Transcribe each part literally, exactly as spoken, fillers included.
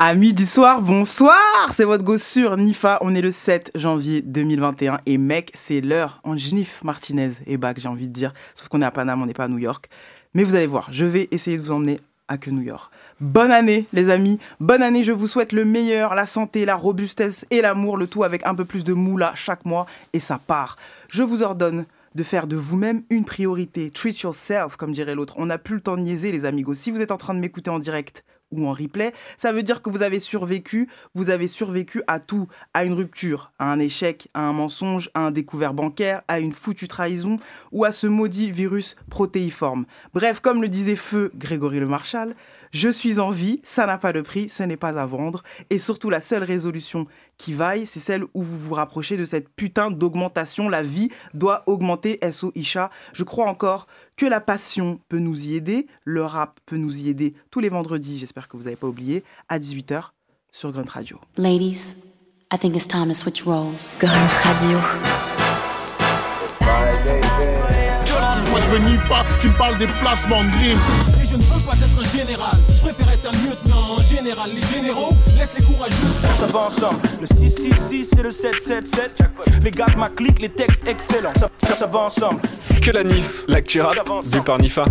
Amis du soir, bonsoir. C'est votre go sur Nifa. On est le sept janvier deux mille vingt et un. Et mec, c'est l'heure. On Genif, Martinez et back, j'ai envie de dire. Sauf qu'on est à Paname, on n'est pas à New York. Mais vous allez voir, je vais essayer de vous emmener à que New York. Bonne année, les amis. Bonne année, je vous souhaite le meilleur, la santé, la robustesse et l'amour. Le tout avec un peu plus de moula chaque mois. Et ça part. Je vous ordonne de faire de vous-même une priorité. Treat yourself, comme dirait l'autre. On n'a plus le temps de niaiser, les amigos. Si vous êtes en train de m'écouter en direct ou en replay, ça veut dire que vous avez survécu, vous avez survécu à tout, à une rupture, à un échec, à un mensonge, à un découvert bancaire, à une foutue trahison ou à ce maudit virus protéiforme. Bref, comme le disait feu Grégory Le Marchal, je suis en vie, ça n'a pas de prix, ce n'est pas à vendre. Et surtout, la seule résolution qui vaille, c'est celle où vous vous rapprochez de cette putain d'augmentation. La vie doit augmenter, S O Isha. Je crois encore que la passion peut nous y aider, le rap peut nous y aider tous les vendredis, j'espère que vous n'avez pas oublié, à dix-huit heures sur Grunt Radio. Ladies, I think it's time to switch roles. Grunt Radio. Moi je veux Nifa qui me parle des placements de green. Et je ne veux pas être un général, je préfère être un lieutenant. En général, les généraux laissent les courageux. Ça va ensemble, le six six six et le sept sept sept. Les gars de ma clique, les textes excellents. Ça, ça, ça va ensemble. Que la Nif, l'actu rap, vu par Nifa.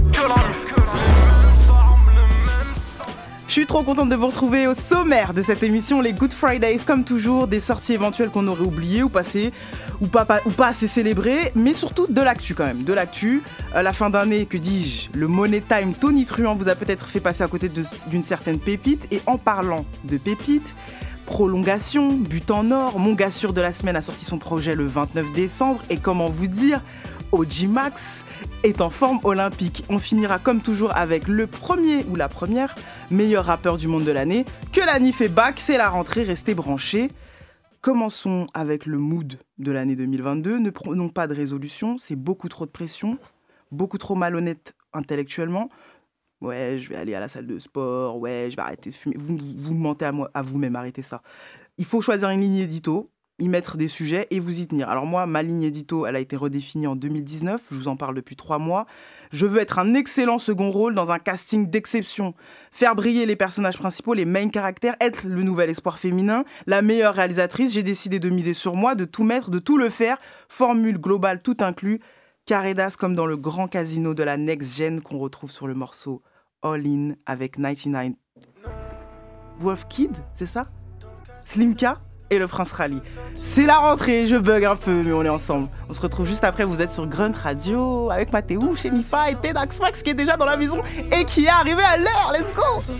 Je suis trop contente de vous retrouver au sommaire de cette émission, les Good Fridays, comme toujours, des sorties éventuelles qu'on aurait oubliées ou passées, ou pas, pas, ou pas assez célébrées, mais surtout de l'actu quand même, de l'actu. À la fin d'année, que dis-je, le Money Time Tony Truant vous a peut-être fait passer à côté de, d'une certaine pépite, et en parlant de pépites, prolongation, but en or, mon gars sûr de la semaine a sorti son projet le vingt-neuf décembre, et comment vous dire, O G Max est en forme olympique. On finira comme toujours avec le premier ou la première meilleur rappeur du monde de l'année. Que la Nif est back, c'est la rentrée, restez branchés. Commençons avec le mood de l'année deux mille vingt-deux. Ne prenons pas de résolution, c'est beaucoup trop de pression, beaucoup trop malhonnête intellectuellement. Ouais, je vais aller à la salle de sport, ouais, je vais arrêter de fumer. Vous, vous mentez à, moi, à vous-même, arrêtez ça. Il faut choisir une ligne édito, y mettre des sujets et vous y tenir. Alors moi, ma ligne édito, elle a été redéfinie en deux mille dix-neuf, je vous en parle depuis trois mois. Je veux être un excellent second rôle dans un casting d'exception, faire briller les personnages principaux, les main caractères, être le nouvel espoir féminin, la meilleure réalisatrice. J'ai décidé de miser sur moi, de tout mettre, de tout le faire, formule globale tout inclus, carré d'as comme dans le grand casino de la next gen qu'on retrouve sur le morceau All In avec quatre-vingt-dix-neuf Wolf Kid, c'est ça? Slimka et le Prince Rally. C'est la rentrée, je bug un peu, mais on est ensemble. On se retrouve juste après, vous êtes sur Grunt Radio avec Mathéo, chez Nifa et Tedax Max qui est déjà dans la maison et qui est arrivé à l'heure. Let's go!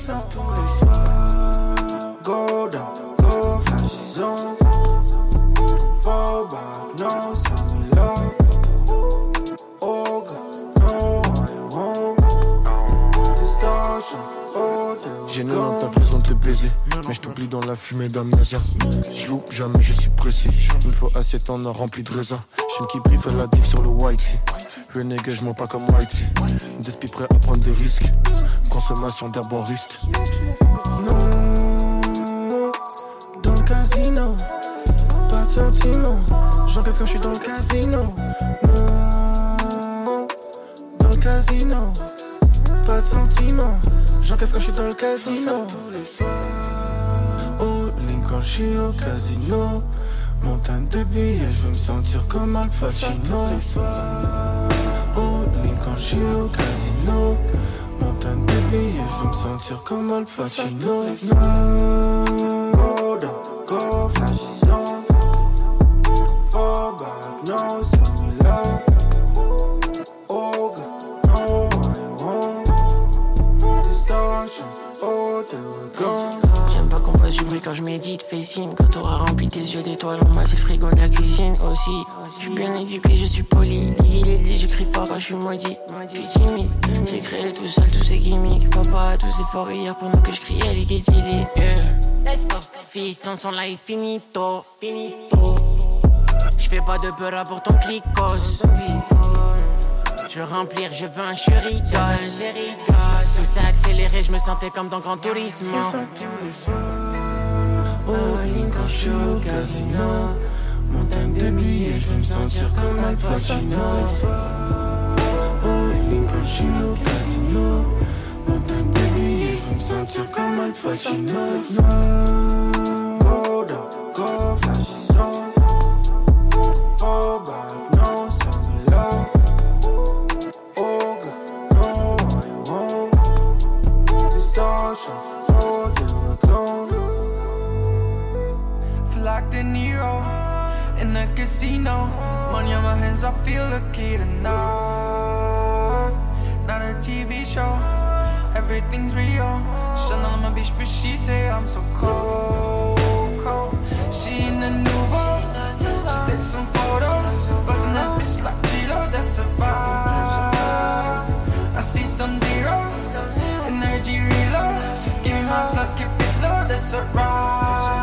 Go down, go flash zone. Fall back, no, send me love. Oh God, no, I won't. Distortion. J'ai quatre-vingt-dix raisons de te baiser, mais je t'oublie dans la fumée d'amnésia. Je loupe jamais, je suis précis. Une fois assiette en or rempli de raisins. J'aime qui brille, fait la diff sur le whitey. Renegade, je mens pas comme whitey. D'esprit prêt à prendre des risques. Consommation d'herboriste. Non, dans le casino, pas de sentiments. J'encaisse quand je suis dans le casino. Non, dans le casino, pas de sentiments. J'encaisse quand je suis dans le casino. Oh, Link quand je suis au casino. Montagne de billets, je veux me sentir comme Al Pacino. Oh, Link quand je suis au casino. Montagne de billets, je veux me sentir comme Al Pacino. Go down, go flash zone. Fall back, no, send me love. Oh, God, no, I won't. J'aime pas qu'on fasse du bruit quand je médite, fais signe. Quand t'auras rempli tes yeux d'étoiles, on masse le frigo de la cuisine aussi. Je suis bien éduqué, je suis poli. Il est dit, j'écris fort quand je suis maudit. Je suis timide, j'ai créé tout seul tous ces gimmicks. Papa a tous ces efforts hier pendant que je criais les guétilés. Yeah. Let's go, fils, ton son là est finito, finito. J'fais pas de peur pour ton clicos. Je veux remplir, je veux un churricot. Tout ça accéléré, je me sentais comme dans Gran Turismo. Oh, Link quand je suis au casino. Montagne de billets, je veux me sentir comme Al Pacino. Oh, Link quand je suis au casino. Montagne de billets, je veux veux me sentir comme Al Pacino. No, go down, go flash is on. Fall back, no, send me love. Oh God, know what you want. Distortion, oh, do a clone. Feel like De Niro in the casino. Money on my hands, I feel the key tonight. Not a T V show, everything's real. Chanel on my beach, but she say I'm so cold, cold. She in the nouveau, she takes some photos. Buzzing that bitch like G-Lo, that's a vibe. I see some zeros, energy reload. Give me my slots, keep it low, that's a ride.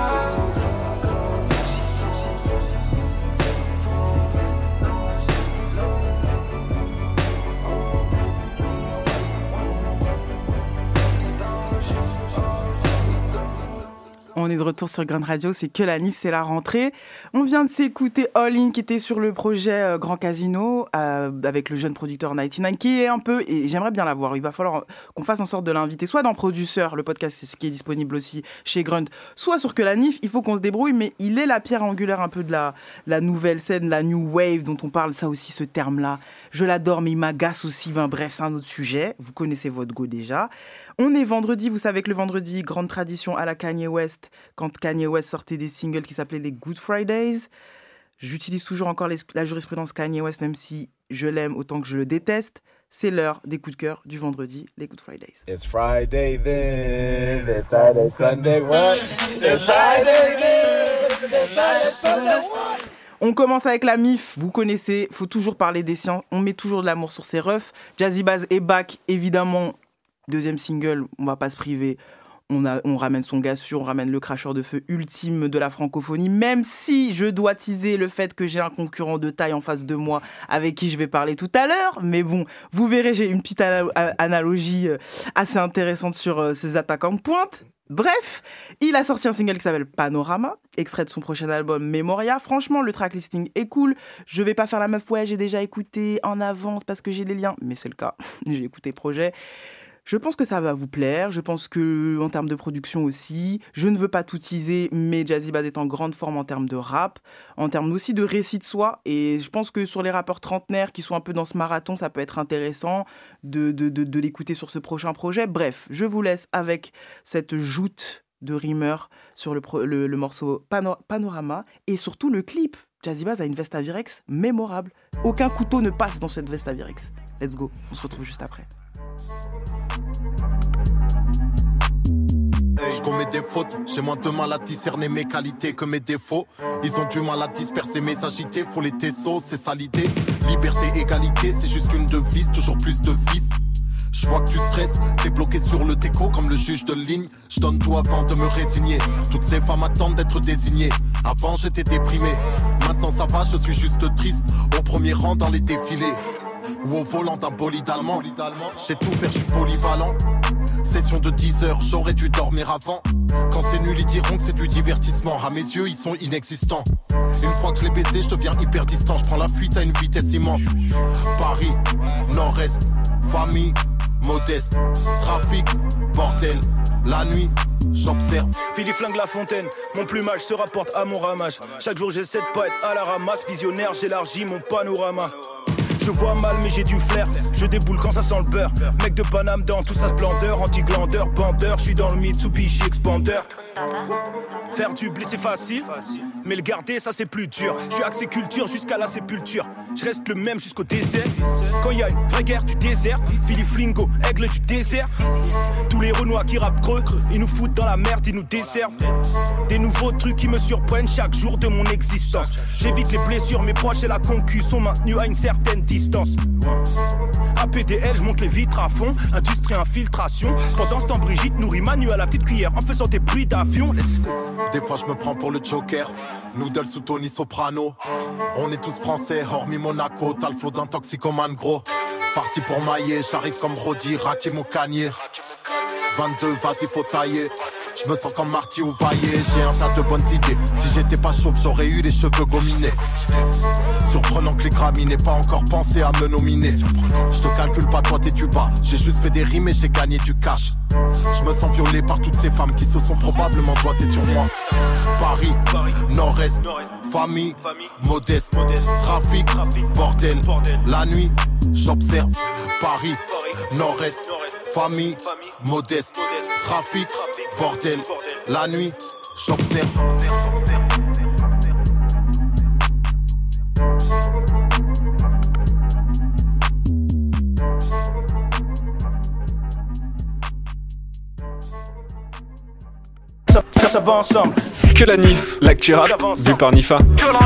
On est de retour sur Grunt Radio, c'est que la N I F, c'est la rentrée. On vient de s'écouter All In qui était sur le projet euh, Grand Casino euh, avec le jeune producteur quatre-vingt-dix-neuf qui est un peu, et j'aimerais bien l'avoir, il va falloir qu'on fasse en sorte de l'inviter, soit dans Producer, le podcast c'est ce qui est disponible aussi chez Grunt, soit sur que la N I F, il faut qu'on se débrouille, mais il est la pierre angulaire un peu de la, la nouvelle scène, la New Wave dont on parle, ça aussi ce terme-là. Je l'adore, mais il m'agace aussi. Ben, bref, c'est un autre sujet. Vous connaissez votre go déjà. On est vendredi. Vous savez que le vendredi, grande tradition à la Kanye West, quand Kanye West sortait des singles qui s'appelaient les Good Fridays. J'utilise toujours encore les, la jurisprudence Kanye West, même si je l'aime autant que je le déteste. C'est l'heure des coups de cœur du vendredi, les Good Fridays. It's Friday then, it's Friday, Sunday, what? It's Friday then, it's Friday, Sunday, what? On commence avec la M I F, vous connaissez, faut toujours parler des siens, on met toujours de l'amour sur ses refs. Jazzy Bass est back, évidemment, deuxième single, on va pas se priver, on, a, on ramène son gars sûr, on ramène le cracheur de feu ultime de la francophonie, même si je dois teaser le fait que j'ai un concurrent de taille en face de moi avec qui je vais parler tout à l'heure, mais bon, vous verrez, j'ai une petite analogie assez intéressante sur ces attaquants de pointe. Bref, il a sorti un single qui s'appelle Panorama, extrait de son prochain album Memoria. Franchement, le track listing est cool. Je vais pas faire la meuf, ouais, j'ai déjà écouté en avance parce que j'ai les liens, mais c'est le cas. J'ai écouté le projet. Je pense que ça va vous plaire. Je pense que en termes de production aussi, je ne veux pas tout teaser, mais Jazzy Bass est en grande forme en termes de rap, en termes aussi de récit de soi. Et je pense que sur les rappeurs trentenaires qui sont un peu dans ce marathon, ça peut être intéressant de, de, de, de l'écouter sur ce prochain projet. Bref, je vous laisse avec cette joute de rimeurs sur le, pro, le, le morceau Pano- Panorama et surtout le clip. Jazzy Bass a une veste à Virex mémorable. Aucun couteau ne passe dans cette veste à Virex. Let's go, on se retrouve juste après. Je commets des fautes, j'ai moins de mal à discerner mes qualités que mes défauts. Ils ont du mal à disperser mes agités, faut les tessos, c'est ça l'idée. Liberté, égalité, c'est juste une devise, toujours plus de vices. Je vois que tu stresses, t'es bloqué sur le déco comme le juge de ligne. Je donne tout avant de me résigner. Toutes ces femmes attendent d'être désignées. Avant j'étais déprimé, maintenant ça va, je suis juste triste. Au premier rang dans les défilés ou au volant d'un bolide allemand. J'sais tout faire, je suis polyvalent. Session de dix heures, j'aurais dû dormir avant. Quand c'est nul, ils diront que c'est du divertissement. À mes yeux, ils sont inexistants. Une fois que je l'ai baisé, je deviens hyper distant. Je prends la fuite à une vitesse immense. Paris, Nord-Est, famille, modeste, trafic, bordel, la nuit. J'observe. Philippe flingue la fontaine, mon plumage se rapporte à mon ramage. Chaque jour j'essaie de pas être à la ramasse. Visionnaire, j'élargis mon panorama. Je vois mal mais j'ai du flair, je déboule quand ça sent le beurre. Mec de Paname dans toute sa splendeur, anti-glandeur, bandeur. Je suis dans le Mitsubishi Expander. Faire du blé c'est facile, mais le garder ça c'est plus dur. Je suis axé culture jusqu'à la sépulture. Je reste le même jusqu'au désert. Quand y a une vraie guerre du désert, Philippe Flingo, aigle du désert. Tous les Renois qui rappent creux, ils nous foutent dans la merde, ils nous desservent. Des nouveaux trucs qui me surprennent chaque jour de mon existence. J'évite les blessures, mes proches et la concu sont maintenus à une certaine distance. A P D L, je monte les vitres à fond. Industrie, infiltration. Pendant ce temps, Brigitte nourrit Manu à la petite cuillère en faisant des bruits d'avion. Let's go. Des fois je me prends pour le Joker. Noodles sous Tony Soprano. On est tous français, hormis Monaco. T'as le flow d'un toxicomane gros. Parti pour mailler, j'arrive comme Roddy, Rakim au canier. vingt-deux, vas-y faut tailler. Je me sens comme Marty ou Vaillé, j'ai un tas de bonnes idées. Si j'étais pas chauve, j'aurais eu les cheveux gominés. Surprenant que les Grammy n'aient pas encore pensé à me nominer. Je te calcule pas, toi t'es du bas. J'ai juste fait des rimes et j'ai gagné du cash. Je me sens violé par toutes ces femmes qui se sont probablement doigtées sur moi. Paris, Nord-Est, famille, modeste, trafic, bordel. La nuit, j'observe. Paris, Nord-Est, famille, modeste, trafic, bordel. La nuit, j'observe. Ça, ça, ça va ensemble. Que la Nif, l'actu rap du par Nifa. Que la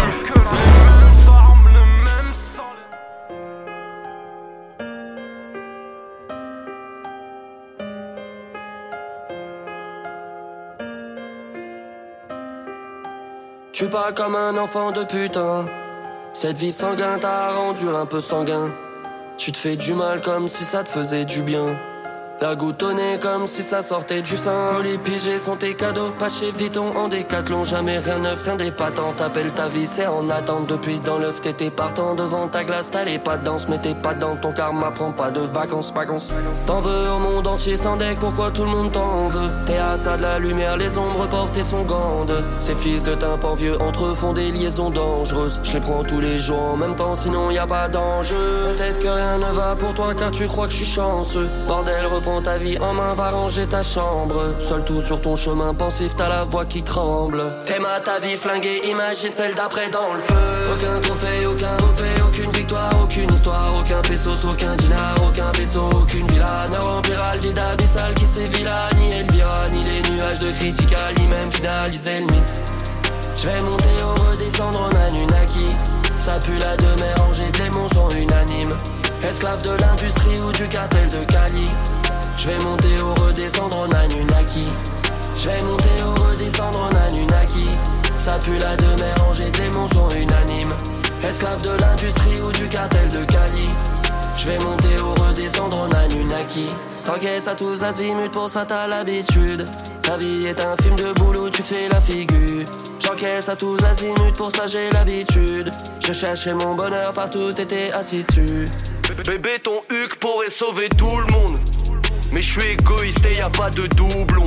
Tu parles comme un enfant de putain. Cette vie sanguine t'a rendu un peu sanguin. Tu te fais du mal comme si ça te faisait du bien. La goutte au nez comme si ça sortait du sein. Colis pigés sont tes cadeaux, pas chez Vuitton en décathlon. Jamais rien neuf, rien d'épatant. T'appelles ta vie, c'est en attente. Depuis dans l'œuf, t'étais partant devant ta glace. T'as les pas de danse, mais t'es pas dans ton karma. Prends pas de vacances, vacances. T'en veux au monde entier sans deck, pourquoi tout le monde t'en veut? T'es à ça de la lumière, les ombres portées sont grandes. Ces fils de tympan vieux entre eux font des liaisons dangereuses. Je les prends tous les jours en même temps, sinon y a pas d'enjeu. Peut-être que rien ne va pour toi car tu crois que je suis chanceux. Bordel, reprends ta vie en main, va ranger ta chambre. Seul tout sur ton chemin pensif, t'as la voix qui tremble. T'aimes à ta vie flinguée, imagine celle d'après dans le feu. Aucun trophée, aucun trophée, aucune victoire, aucune histoire. Aucun pesos, aucun dinar, aucun vaisseau, aucune villa. Ne remplira le vide abyssal qui sévit là. Ni Elvira, ni les nuages de critical, ni même finaliser le mix. Je vais monter ou redescendre en Anunnaki. Ça pue la demeure, rangée de démons sont unanimes. Esclave de l'industrie ou du cartel de Cali. Je vais monter ou redescendre en Anunnaki. Je vais monter ou redescendre en Anunnaki. Ça pue la demeure, rangée de démons sont unanimes. Esclave de l'industrie ou du cartel de Cali. Je vais monter ou redescendre en Anunnaki. T'encaisses à tous azimuts, pour ça t'as l'habitude. Ta vie est un film de boulot, tu fais la figure. J'encaisse à tous azimuts, pour ça j'ai l'habitude. Je cherchais mon bonheur partout, t'étais assis dessus. Bébé, ton huc pourrait sauver tout le monde. Mais je suis égoïste et y a pas de doublon.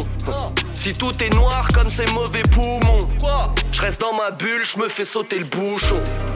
Si tout est noir comme ces mauvais poumons, je reste dans ma bulle, je me fais sauter le bouchon.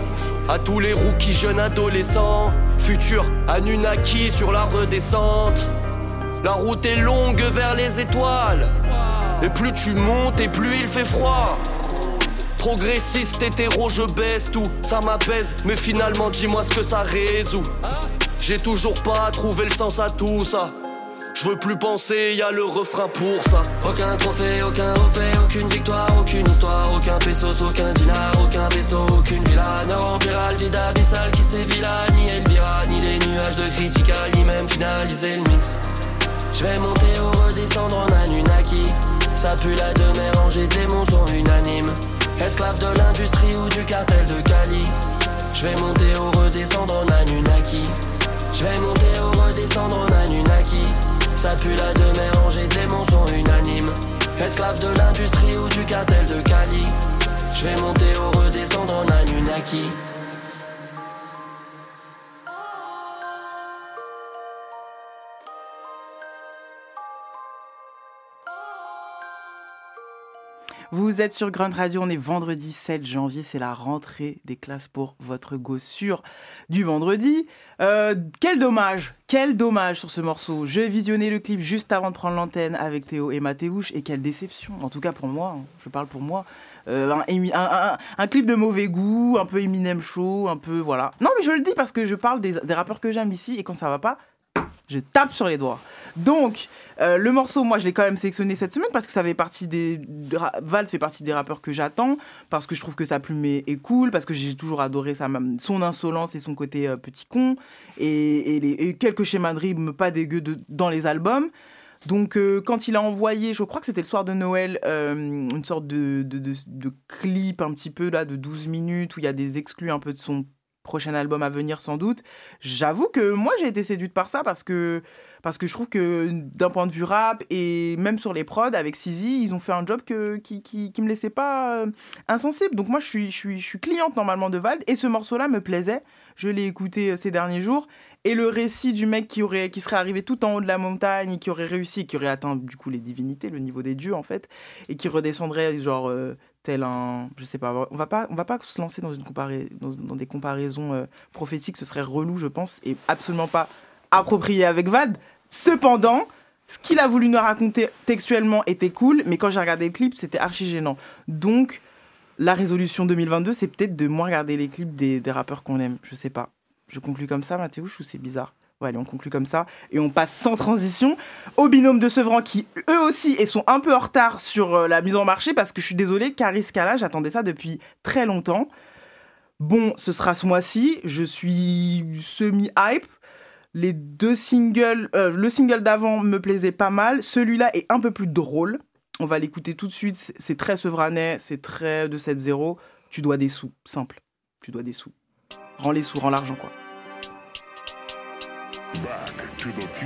À tous les rookies jeunes adolescents, futur Anunnaki sur la redescente. La route est longue vers les étoiles. Et plus tu montes et plus il fait froid. Progressiste, hétéro, je baisse tout. Ça m'apaise, mais finalement dis-moi ce que ça résout. J'ai toujours pas trouvé le sens à tout ça. Je veux plus penser, y a le refrain pour ça. Aucun trophée, aucun trophée, aucune victoire, aucune histoire. Aucun pesos, aucun dinar, aucun vaisseau, aucune villa. Ne remplira le vide abyssal qui sévit là. Ni Elvira, ni les nuages de critical, ni même finaliser le mix. Je vais monter ou redescendre en Anunnaki. Ça pue la demeure, rangée de démons sont unanimes. Esclave de l'industrie ou du cartel de Cali. Je vais monter ou redescendre en Anunnaki. Je vais monter ou redescendre en Anunnaki. Ça pue la demeure, rangée de démons sont unanimes. Esclave de l'industrie ou du cartel de Cali. Je vais monter ou redescendre en Anunnaki. Vous êtes sur Grunt Radio, on est vendredi sept janvier, c'est la rentrée des classes pour votre go sûr du vendredi. Euh, quel dommage, quel dommage sur ce morceau. J'ai visionné le clip juste avant de prendre l'antenne avec Théo et Mathéouche et quelle déception, en tout cas pour moi, hein, je parle pour moi. Euh, un, un, un, un clip de mauvais goût, un peu Eminem Show, un peu voilà. Non mais je le dis parce que je parle des, des rappeurs que j'aime ici et quand ça va pas, je tape sur les doigts. Donc, euh, le morceau, moi, je l'ai quand même sélectionné cette semaine parce que ça fait partie des... Vald fait partie des rappeurs que j'attends, parce que je trouve que sa plume est, est cool, parce que j'ai toujours adoré sa, son insolence et son côté euh, petit con, et, et, les, et quelques schémas de rythme pas dégueux de, dans les albums. Donc, euh, quand il a envoyé, je crois que c'était le soir de Noël, euh, une sorte de, de, de, de clip un petit peu là, de douze minutes, où il y a des exclus un peu de son prochain album à venir sans doute. J'avoue que moi j'ai été séduite par ça parce que, parce que je trouve que d'un point de vue rap et même sur les prods avec Squeezie, ils ont fait un job que, qui, qui, qui me laissait pas euh, insensible. Donc moi je suis, je, suis, je suis cliente normalement de Vald et ce morceau-là me plaisait. Je l'ai écouté euh, ces derniers jours. Et le récit du mec qui, aurait, qui serait arrivé tout en haut de la montagne et qui aurait réussi, qui aurait atteint du coup les divinités, le niveau des dieux en fait, et qui redescendrait genre euh, tel un, je sais pas, on va pas, on va pas se lancer dans une comparé, dans, dans des comparaisons euh, prophétiques, ce serait relou je pense et absolument pas approprié avec Vald. Cependant, ce qu'il a voulu nous raconter textuellement était cool, mais quand j'ai regardé le clip, c'était archi gênant. Donc la résolution deux mille vingt-deux, c'est peut-être de moins regarder les clips des, des rappeurs qu'on aime, je sais pas. Je conclue comme ça, Mathéouche, ou c'est bizarre ? Ouais, allez, on conclut comme ça. Et on passe sans transition au binôme de Sevran qui, eux aussi, et sont un peu en retard sur euh, la mise en marché parce que je suis désolée, Caris Kala, j'attendais ça depuis très longtemps. Bon, ce sera ce mois-ci. Je suis semi-hype. Les deux singles, euh, le single d'avant me plaisait pas mal. Celui-là est un peu plus drôle. On va l'écouter tout de suite. C'est très sevranais, c'est très deux sept zéro. Tu dois des sous, simple. Tu dois des sous. Rends les sous, rends l'argent, quoi. Back to the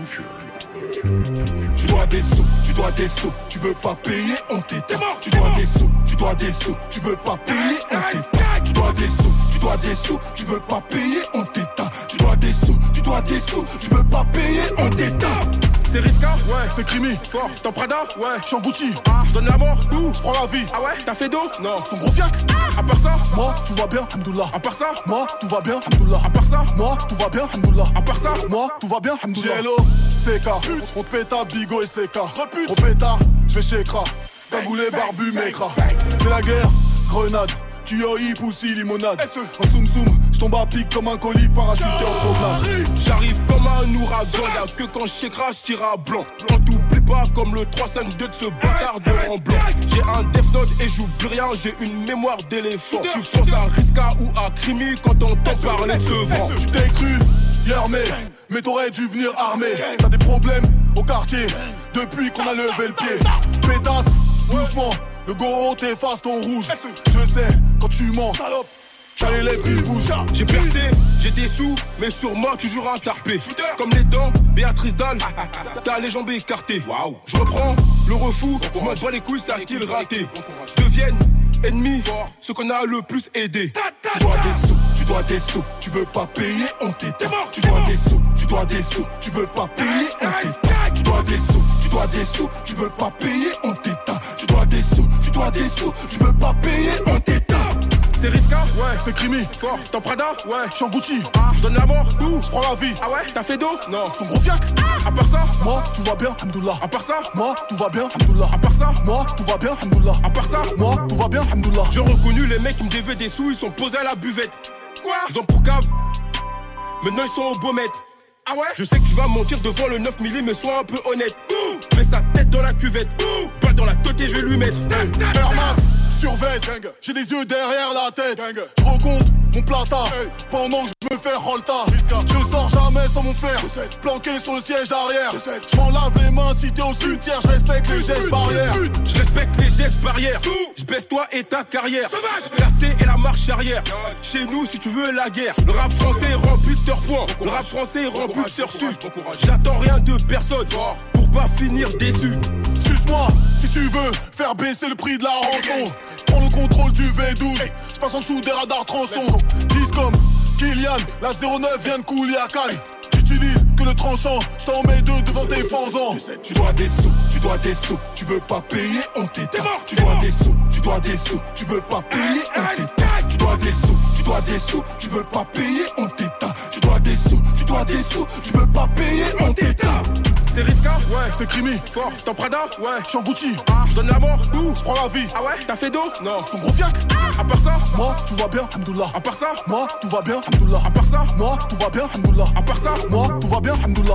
future. Tu dois des sous, tu dois des sous, tu veux pas payer, on t'éteint. Tu dois des sous, tu dois des sous, tu veux pas payer, on t'éteint. Tu dois des sous, tu dois des sous, tu veux pas payer, on t'éteint. Tu dois des sous, tu dois des sous, tu veux pas payer, on t'éteint. C'est Riska, ouais, c'est Crimi, fort, t'en Prada, ouais, j'suis en Gucci, ah, j'donne la mort, où j'prends la vie, ah ouais, t'as fait d'eau, non, son gros fiac, ah. À part ça, moi, tout va bien, hamdoullah, à part ça, moi, tout va bien, hamdoullah, à part ça, moi, tout va bien, hamdoullah, à part ça, moi, tout va bien, hamdoullah. Hello, C K, on te pète à Bigo et C K, on pétard, j'vais chez Kra, cagoulé, barbu, mécra, c'est la guerre, grenade. Tu yoï, poussi, limonade. En soum soum, j'tombe à pic comme un colis parachuté en promenade. J'arrive comme un ouragan, y'a que quand j'écrase, j'tire à blanc. On t'oublie pas comme le trois cinq deux de ce bâtard de en blanc. J'ai un Death Note et j'oublie rien, j'ai une mémoire d'éléphant. Tu penses à Riska ou à Crimi quand t'entends parler Sevran. Tu t'es cru, hier mais, mais t'aurais dû venir armé. T'as des problèmes au quartier, depuis qu'on a levé le pied. Pétasse, doucement. Le goro t'efface ton rouge. Je sais, quand tu mens, salope, t'as les lèvres qui bougent. J'ai percé, j'ai des sous, mais sur moi toujours un tarpé. Comme les dents, Béatrice Dalle, t'as les jambes écartées. Je reprends le refou, je m'en bats les couilles, c'est à qui le raté. Deviennent ennemis, ceux qu'on a le plus aidé. Tu dois des sous, tu dois des sous, tu veux pas payer, on t'éteint. Tu dois des sous, tu dois des sous, tu veux pas payer, on t'éteint. Tu dois des sous, tu dois des sous, tu veux pas payer, on t'éteint. Tu dois des sous, tu dois des sous, tu veux pas payer, on t'éteint. C'est Riska, ouais, c'est Crimi, fort, t'en Prada, ouais, j'suis en Gucci, ah, j'donne la mort, où j'prends la vie, ah ouais, t'as fait d'eau, non, son gros fiac, à part ça, moi, tout va bien, hamdoullah, à part ça, moi, tout va bien, hamdoullah, à part ça, moi, tout va bien, hamdoullah, à part ça, moi, tout va bien, hamdoullah. J'ai reconnu les mecs qui me devaient des sous, ils sont posés à la buvette, quoi, ils ont pour cave, maintenant ils sont au beau maître. Ah ouais? Je sais que tu vas mentir devant le neuf millimètres, mais sois un peu honnête. Ouh, mets sa tête dans la cuvette. Ouh, balle dans la tête et je vais lui mettre. Air Max, survêt, j'ai des yeux derrière la tête. Je recompte mon plata pendant que je me fais rolta. Je sors jamais sans mon fer, planqué sur le siège arrière. Je m'en lave les mains si t'es au cimetière, je respecte les gestes barrières. Je respecte les gestes barrières. Je baisse toi et ta carrière. Placé et la marche arrière. Chez nous, si tu veux la guerre. Le rap français rempli de points. Le rap français rempli de sursus. J'attends rien de personne pour pas finir déçu. Suce-moi si tu veux faire baisser le prix de la rançon. Prends le contrôle du V douze, je passe en dessous des radars tronçons. Dis comme Kylian, la zéro neuf vient de couler à Cali. J'utilise que le tranchant, je t'en mets deux devant tes fanzans. Tu dois des sous, tu dois des sous, tu veux pas payer, on t'éteint. Tu dois des sous, tu dois des sous, tu veux pas payer, on t'éteint. Tu dois des sous, tu dois des sous, tu veux pas payer, on t'éteint. Tu dois des sous, tu dois des sous, tu veux pas payer, on t'éteint. C'est Riska, ouais, c'est Crimi, fort, t'en Prada, ouais, j'suis en Gucci, ah, j'donne la mort, où j'prends la vie, ah ouais, t'as fait d'eau, non, son gros fiac, à part ça, moi, tout va bien, hamdoullah, à part ça, moi, tout va bien, hamdoullah, à part ça, moi, tout va bien, hamdoullah, à part ça, moi, tout va bien, hamdoullah.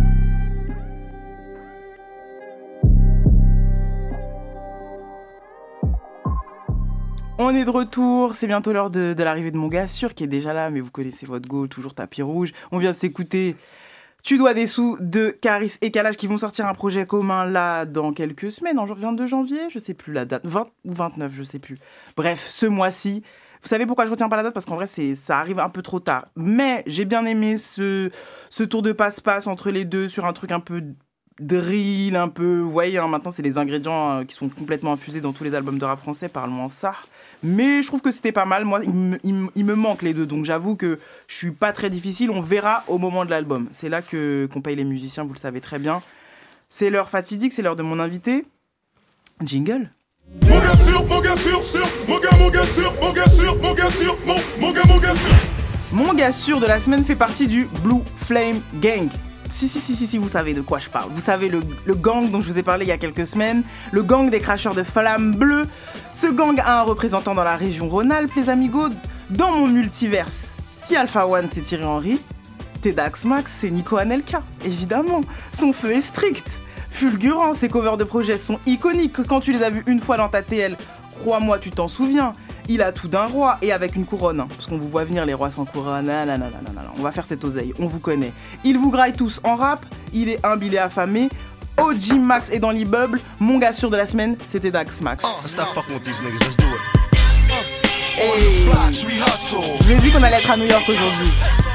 On est de retour, c'est bientôt l'heure de, de l'arrivée de mon gars sûr qui est déjà là, mais vous connaissez votre go, toujours tapis rouge. On vient de s'écouter Tu dois des sous de Caris et Kalash qui vont sortir un projet commun là dans quelques semaines, en vingt-deux janvier, je sais plus la date, vingt ou vingt-neuf, je sais plus. Bref, ce mois-ci, Vous savez pourquoi je retiens pas la date? Parce qu'en vrai, c'est, ça arrive un peu trop tard. Mais j'ai bien aimé ce, ce tour de passe-passe entre les deux sur un truc un peu drill, un peu... Vous voyez, hein, maintenant, c'est les ingrédients euh, qui sont complètement infusés dans tous les albums de rap français, parle-moi en ça. Mais je trouve que c'était pas mal. Moi, il me, il, me, il me manque les deux. Donc, j'avoue que je suis pas très difficile. On verra au moment de l'album. C'est là que, qu'on paye les musiciens, vous le savez très bien. C'est l'heure fatidique, c'est l'heure de mon invité. Jingle. Mon gars sûr, mon gars sûr, sûr, mon gars, mon gars sûr, mon gars sûr, mon gars sûr, mon, mon gars, mon gars sûr. Mon gars sûr de la semaine fait partie du Blue Flame Gang. Si, si, si, si, si, vous savez de quoi je parle. Vous savez, le, le gang dont je vous ai parlé il y a quelques semaines, le gang des cracheurs de flammes bleues. Ce gang a un représentant dans la région Rhône-Alpes, les amigos. Dans mon multiverse, si Alpha One c'est Thierry Henry, Tedax Max c'est Nico Anelka, évidemment. Son feu est strict. Fulgurant, ses covers de projets sont iconiques. Quand tu les as vus une fois dans ta T L, crois-moi, tu t'en souviens. Il a tout d'un roi et avec une couronne. Parce qu'on vous voit venir, les rois sans couronne. Nanana, on va faire cette oseille, on vous connaît. Il vous graille tous en rap. Il est humble, il est affamé. O G Max est dans l'immeuble. Mon gars sûr de la semaine, c'était Dax Max. Oh, stop fucking with these niggas, let's do it. Hey. Je lui ai dit qu'on allait être à New York aujourd'hui.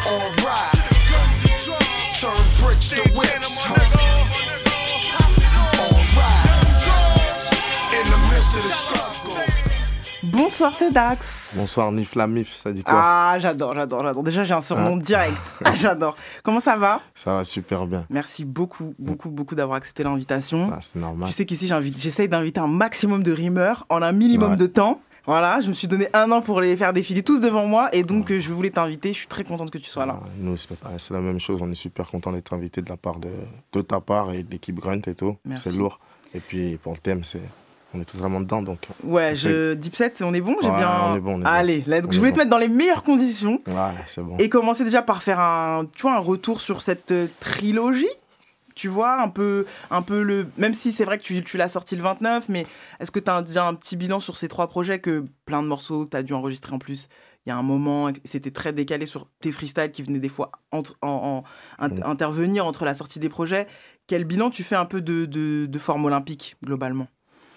Bonsoir Tedax. Bonsoir Nif la Mif, ça dit quoi? Ah, j'adore, j'adore, j'adore. Déjà, j'ai un surnom hein direct. Ah, j'adore. Comment ça va? Ça va super bien. Merci beaucoup, beaucoup, beaucoup d'avoir accepté l'invitation. Ah, c'est normal. Tu sais qu'ici, j'essaye d'inviter un maximum de rimeurs en un minimum ouais. de temps. Voilà, je me suis donné un an pour les faire défiler tous devant moi et donc ouais. je voulais t'inviter. Je suis très contente que tu sois là. Ah, nous, c'est, c'est la même chose. On est super content d'être invité de la part de, de ta part et de l'équipe Grunt et tout. Merci. C'est lourd. Et puis pour le thème, c'est... on est totalement dedans, donc... Ouais, je... Deep set, on est bon, j'ai ouais, bien... on est bon, on est Allez, bon. let's go. On Je voulais bon. te mettre dans les meilleures conditions. Ouais, c'est bon. Et commencer déjà par faire un, tu vois, un retour sur cette trilogie. Tu vois, un peu, un peu le... Même si c'est vrai que tu, tu l'as sorti le vingt-neuf, mais est-ce que tu as déjà un petit bilan sur ces trois projets, que plein de morceaux que tu as dû enregistrer en plus? Il y a un moment, c'était très décalé sur tes freestyles qui venaient des fois entre, en, en, in, mmh. intervenir entre la sortie des projets. Quel bilan tu fais un peu de, de, de forme olympique, globalement?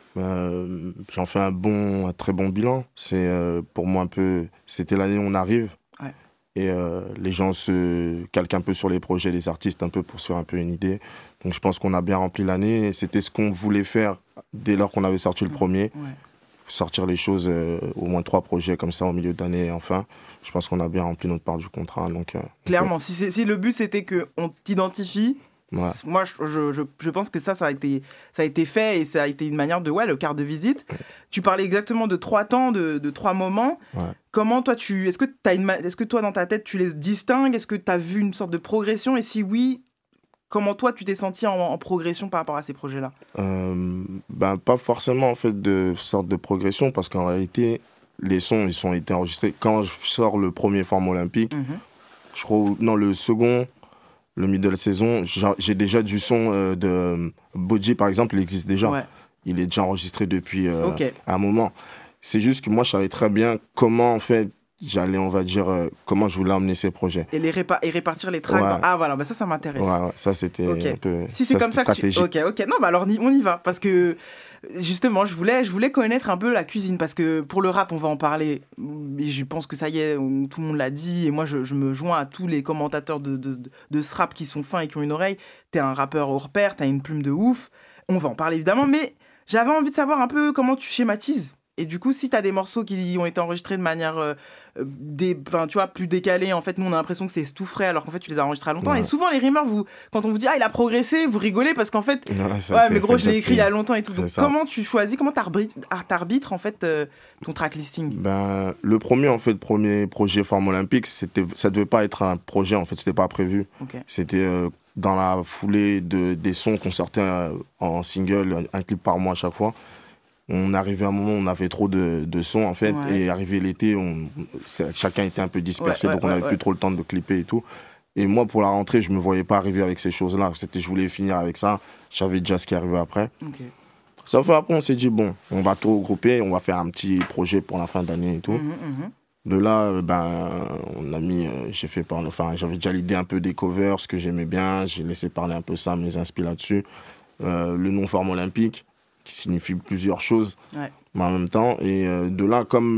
Euh, j'en fais un bon, un très bon bilan. C'est euh, pour moi un peu, c'était l'année où on arrive ouais. et euh, les gens se calquent un peu sur les projets des artistes un peu pour se faire un peu une idée. Donc je pense qu'on a bien rempli l'année. Et c'était ce qu'on voulait faire dès lors qu'on avait sorti le premier, ouais. sortir les choses, euh, au moins trois projets comme ça au milieu d'année. Enfin, je pense qu'on a bien rempli notre part du contrat. Donc euh, clairement, donc, si, c'est, si le but c'était que on t'identifie. Ouais. Moi, je, je, je pense que ça, ça a, été, ça a été fait et ça a été une manière de, ouais, le quart de visite. Ouais. Tu parlais exactement de trois temps, de, de trois moments. Ouais. Comment toi, tu, est-ce que t'as une, est-ce que toi, dans ta tête, tu les distingues? Est-ce que tu as vu une sorte de progression? Et si oui, comment toi, tu t'es senti en, en progression par rapport à ces projets-là? euh, ben, Pas forcément, en fait, de sorte de progression, parce qu'en réalité, les sons, ils ont été enregistrés. Quand je sors le premier format olympique, mm-hmm. je crois, non, le second... le middle saison, j'ai déjà du son euh, de Bodji, par exemple, il existe déjà. Ouais. Il est déjà enregistré depuis euh, okay. un moment. C'est juste que moi, je savais très bien comment, en fait, j'allais, on va dire, euh, comment je voulais emmener ces projets. Et, les répa- et répartir les tracks. Ouais. Dans... Ah, voilà, bah ça, ça m'intéresse. Ouais, ouais, ça, c'était okay. un peu si c'est ça, comme ça stratégique. Que tu... Ok, ok. Non, bah alors, on y va. Parce que... Justement, je voulais, je voulais connaître un peu la cuisine, parce que pour le rap, on va en parler, et je pense que ça y est, tout le monde l'a dit, et moi je, je me joins à tous les commentateurs de, de, de, de ce rap qui sont fins et qui ont une oreille. T'es un rappeur hors pair, t'as une plume de ouf, on va en parler évidemment, mais j'avais envie de savoir un peu comment tu schématises. Et du coup, si t'as des morceaux qui ont été enregistrés de manière euh, des, enfin, tu vois, plus décalée, en fait, nous on a l'impression que c'est tout frais, alors qu'en fait tu les as enregistrés à longtemps. Ouais. Et souvent les rimeurs, vous, quand on vous dit ah il a progressé, vous rigolez parce qu'en fait, non, ouais mais gros je l'ai écrit il y a longtemps et tout. Donc comment tu choisis, comment t'arbitres, t'arbitres en fait euh, ton track listing? Ben le premier en fait, premier projet Forme Olympique, c'était, ça devait pas être un projet en fait, c'était pas prévu. Okay. C'était euh, dans la foulée de des sons qu'on sortait euh, en single, un clip par mois à chaque fois. On arrivait à un moment où on avait trop de, de sons, en fait, ouais. et arrivé l'été, on, chacun était un peu dispersé, ouais, ouais, donc on n'avait ouais, plus ouais. trop le temps de clipper et tout. Et moi, pour la rentrée, je me voyais pas arriver avec ces choses-là. C'était, je voulais finir avec ça. Je savais déjà ce qui arrivait après. Okay. Sauf après, on s'est dit, bon, on va tout regrouper, on va faire un petit projet pour la fin d'année et tout. Mm-hmm, mm-hmm. De là, ben, on a mis, euh, j'ai fait parler, enfin, j'avais déjà l'idée un peu des covers, ce que j'aimais bien. J'ai laissé parler un peu ça, mes inspirations là-dessus. Euh, le nom Forme Olympique, qui signifie plusieurs choses, ouais. mais en même temps. Et euh, de là, comme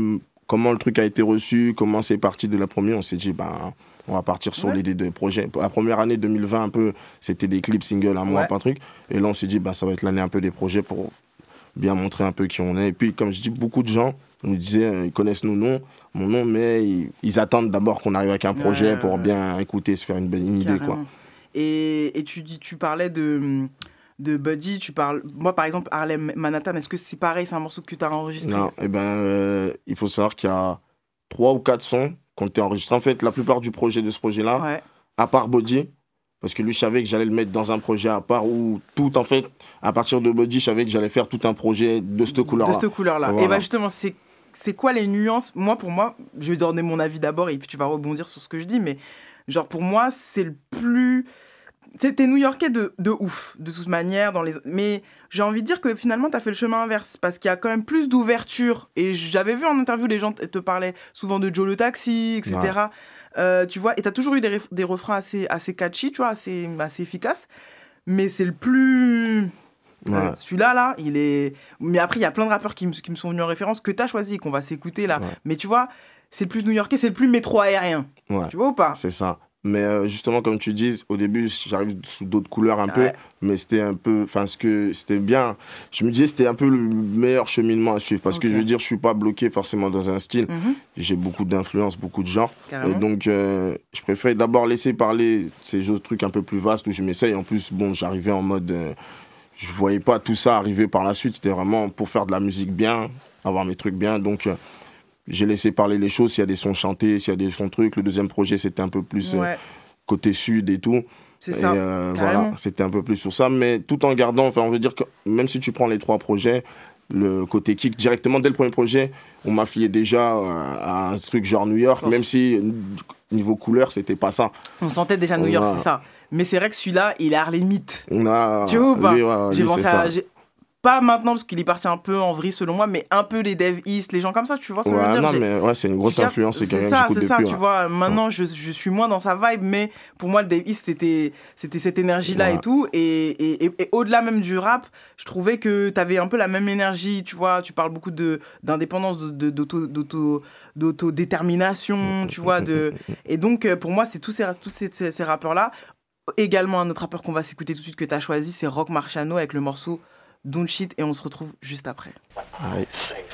comment le truc a été reçu, comment c'est parti de la première, on s'est dit, ben, on va partir sur ouais. l'idée de projet. La première année deux mille vingt, un peu, c'était des clips singles à moi, ouais. pas un truc. Et là, on s'est dit, ben, ça va être l'année un peu des projets pour bien montrer un peu qui on est. Et puis, comme je dis, beaucoup de gens nous disaient, euh, ils connaissent nos noms, mon nom, mais ils, ils attendent d'abord qu'on arrive avec un projet ouais, pour ouais. bien écouter, se faire une, une idée, quoi. Et, et tu, dis, tu parlais de... de Buddy, tu parles... Moi, par exemple, Harlem Manhattan, est-ce que c'est pareil, c'est un morceau que tu as enregistré? Non, eh ben, euh, il faut savoir qu'il y a trois ou quatre sons qui ont été enregistrés. En fait, la plupart du projet de ce projet-là, ouais. à part Buddy, parce que lui, je savais que j'allais le mettre dans un projet à part où tout, en fait, à partir de Buddy, je savais que j'allais faire tout un projet de cette couleur-là. De cette couleur-là. Voilà. Et bien, justement, c'est, c'est quoi les nuances? Moi, pour moi, je vais donner mon avis d'abord et puis tu vas rebondir sur ce que je dis, mais genre, pour moi, c'est le plus... T'es New-Yorkais de, de ouf, de toute manière, dans les... mais j'ai envie de dire que finalement, t'as fait le chemin inverse, parce qu'il y a quand même plus d'ouverture. Et j'avais vu en interview, les gens te parlaient souvent de Joe le Taxi, et cetera. Ouais. Euh, tu vois, et t'as toujours eu des, ref- des refrains assez, assez catchy, tu vois, assez, assez efficaces. Mais c'est le plus... Ouais. Euh, celui-là, là, il est... Mais après, il y a plein de rappeurs qui me, qui me sont venus en référence, que t'as choisi, qu'on va s'écouter, là. Ouais. Mais tu vois, c'est le plus New-Yorkais, c'est le plus métro aérien. Ouais. Tu vois ou pas? C'est ça. Mais euh, justement, comme tu dis, au début, j'arrive sous d'autres couleurs un ouais. peu, mais c'était un peu, enfin, ce que c'était bien. Je me disais, c'était un peu le meilleur cheminement à suivre, parce okay. que je veux dire, je suis pas bloqué forcément dans un style. Mm-hmm. J'ai beaucoup d'influences, beaucoup de genres, et donc euh, je préfère d'abord laisser parler ces autres trucs un peu plus vastes où je m'essaye. En plus, bon, j'arrivais en mode, euh, je voyais pas tout ça arriver par la suite. C'était vraiment pour faire de la musique bien, avoir mes trucs bien, donc. Euh, J'ai laissé parler les choses, s'il y a des sons chantés, s'il y a des sons trucs. Le deuxième projet, c'était un peu plus ouais. euh, côté sud et tout. C'est ça, et, euh, voilà, c'était un peu plus sur ça. Mais tout en gardant, enfin, on veut dire que même si tu prends les trois projets, le côté kick, directement dès le premier projet, on m'a fié déjà euh, à un truc genre New York, oh. même si niveau couleur, c'était pas ça. On sentait déjà New on York, a... c'est ça. Mais c'est vrai que celui-là, il est Harlemite. On a... Tu vois ou pas? Lui, ouais, J'ai lui, pensé à... J'ai... Pas maintenant, parce qu'il est parti un peu en vrille selon moi, mais un peu les Dev East, les gens comme ça, tu vois ce que ouais, je veux dire? Non, J'ai... mais ouais, c'est une grosse influence, c'est, c'est quelqu'un ça, que j'écoute c'est ça, depuis. Tu ouais. vois, maintenant, ouais. je, je suis moins dans sa vibe, mais pour moi, le Dev East, c'était, c'était cette énergie-là ouais. et tout. Et, et, et, et au-delà même du rap, je trouvais que t'avais un peu la même énergie, tu vois, tu parles beaucoup de, d'indépendance, de, de, d'auto, d'auto, d'autodétermination, tu vois. De... Et donc, pour moi, c'est tous ces, tous ces, ces, ces rappeurs-là. Également, un autre rappeur qu'on va s'écouter tout de suite que t'as choisi, c'est Rock Marciano avec le morceau Don't Shit, et on se retrouve juste après. Ouais.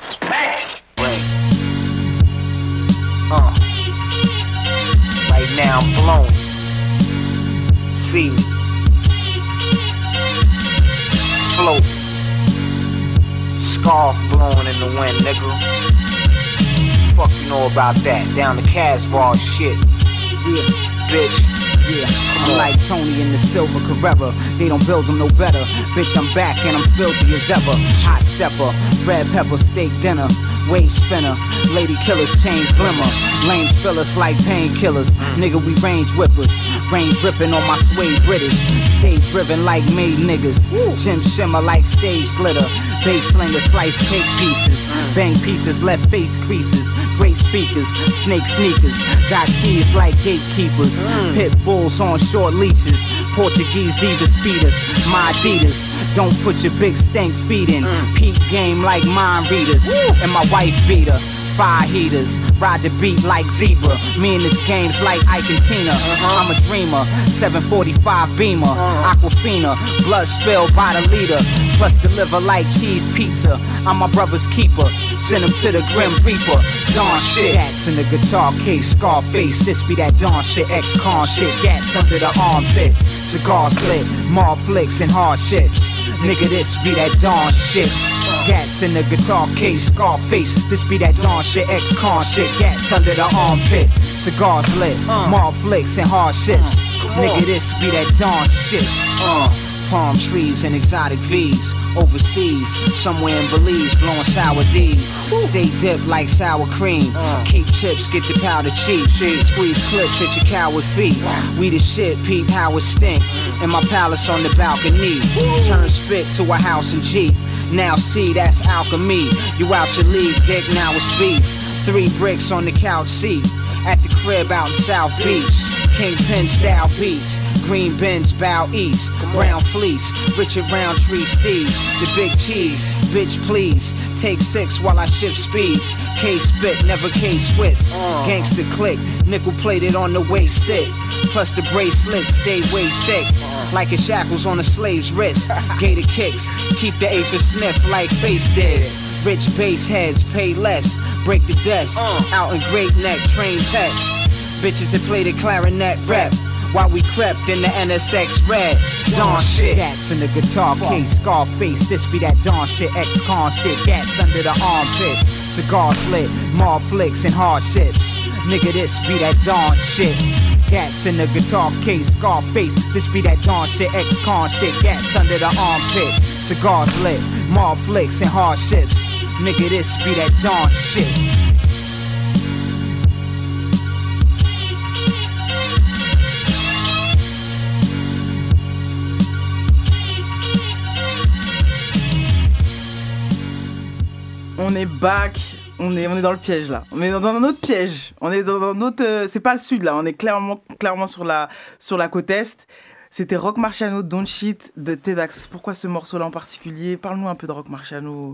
Uh. Right now I'm blown. See me. Float. Scarf blowing in the wind, nigga. Fuck you know about that? Down the Casbah shit. Yeah, bitch. Yeah, I'm like Tony in the silver Carrera. They don't build them no better. Bitch, I'm back and I'm filthy as ever. Hot stepper, red pepper, steak dinner. Wave spinner, lady killers, change glimmer. Lanes fill us like painkillers. Nigga, we range whippers. Rain dripping on my suede British. Stage driven like made niggas. Gym shimmer like stage glitter. Bass slinger, slice cake pieces. Bang pieces, left face creases. Great speakers, snake sneakers. Got keys like gatekeepers. Pit bulls on short leashes. Portuguese divas feed us. My Adidas. Don't put your big stank feet in. Peak game like mind readers. And my wife beater. Fire heaters, ride the beat like zebra. Me and this game's like Ike and Tina. Uh-huh. I'm a dreamer, seven forty-five Beamer. Uh-huh. Aquafina, blood spilled by the liter. Plus deliver like cheese pizza. I'm my brother's keeper, send him to the Grim Reaper. Dawn shit, gats in the guitar case, Scarface. This be that Dawn shit, ex-con shit. Gats under the armpit, cigars lit, mob flicks and hardships. Nigga, this be that Dawn shit. Gats in the guitar case, Scarface. This be that Dawn shit, ex-con shit. Gats under the armpit, cigars lit, uh. mob flicks and hardships. Uh, Nigga, this be that Dawn shit. Uh. Palm trees and exotic V's. Overseas, somewhere in Belize, blowing sour D's. Stay dipped like sour cream. Uh. Keep chips, get the powder cheap. Squeeze clips, hit your coward feet. We the shit, peep how it stink. In my palace on the balcony. Turn spit to a house in Jeep. Now see, that's alchemy. You out your league, dick, now it's beef. Three bricks on the couch seat. At the crib out in South Beach. Kingpin style beats. Green Bench, bow east. Brown fleece, Richard Roundtree steeds. The big cheese, bitch please. Take six while I shift speeds. K-spit, never K-Swiss. Gangster click, nickel plated on the waist sit. Plus the bracelets stay way thick. Like a shackles on a slave's wrist. Gator kicks, keep the A for sniff like face did. Rich bass heads pay less. Break the desk, out in Great Neck, train pets. Bitches that play the clarinet rep. While we crept in the N S X red. Dawn shit. Gats in the guitar case, Scarface. This be that Dawn shit, ex-con shit. Gats under the armpit. Cigars lit, mob flicks and hardships. Nigga, this be that Dawn shit. Gats in the guitar case, Scarface. This be that Dawn shit, ex-con shit. Gats under the armpit. Cigars lit, mob flicks and hardships. Nigga, this be that Dawn shit. On est back, on est, on est dans le piège là. On est dans, dans un autre piège. On est dans un autre. Euh, c'est pas le sud là. On est clairement, clairement sur la, sur la côte est. C'était Rock Marciano, Don't Shit de Tedax. Pourquoi ce morceau-là en particulier? Parle-nous un peu de Rock Marciano.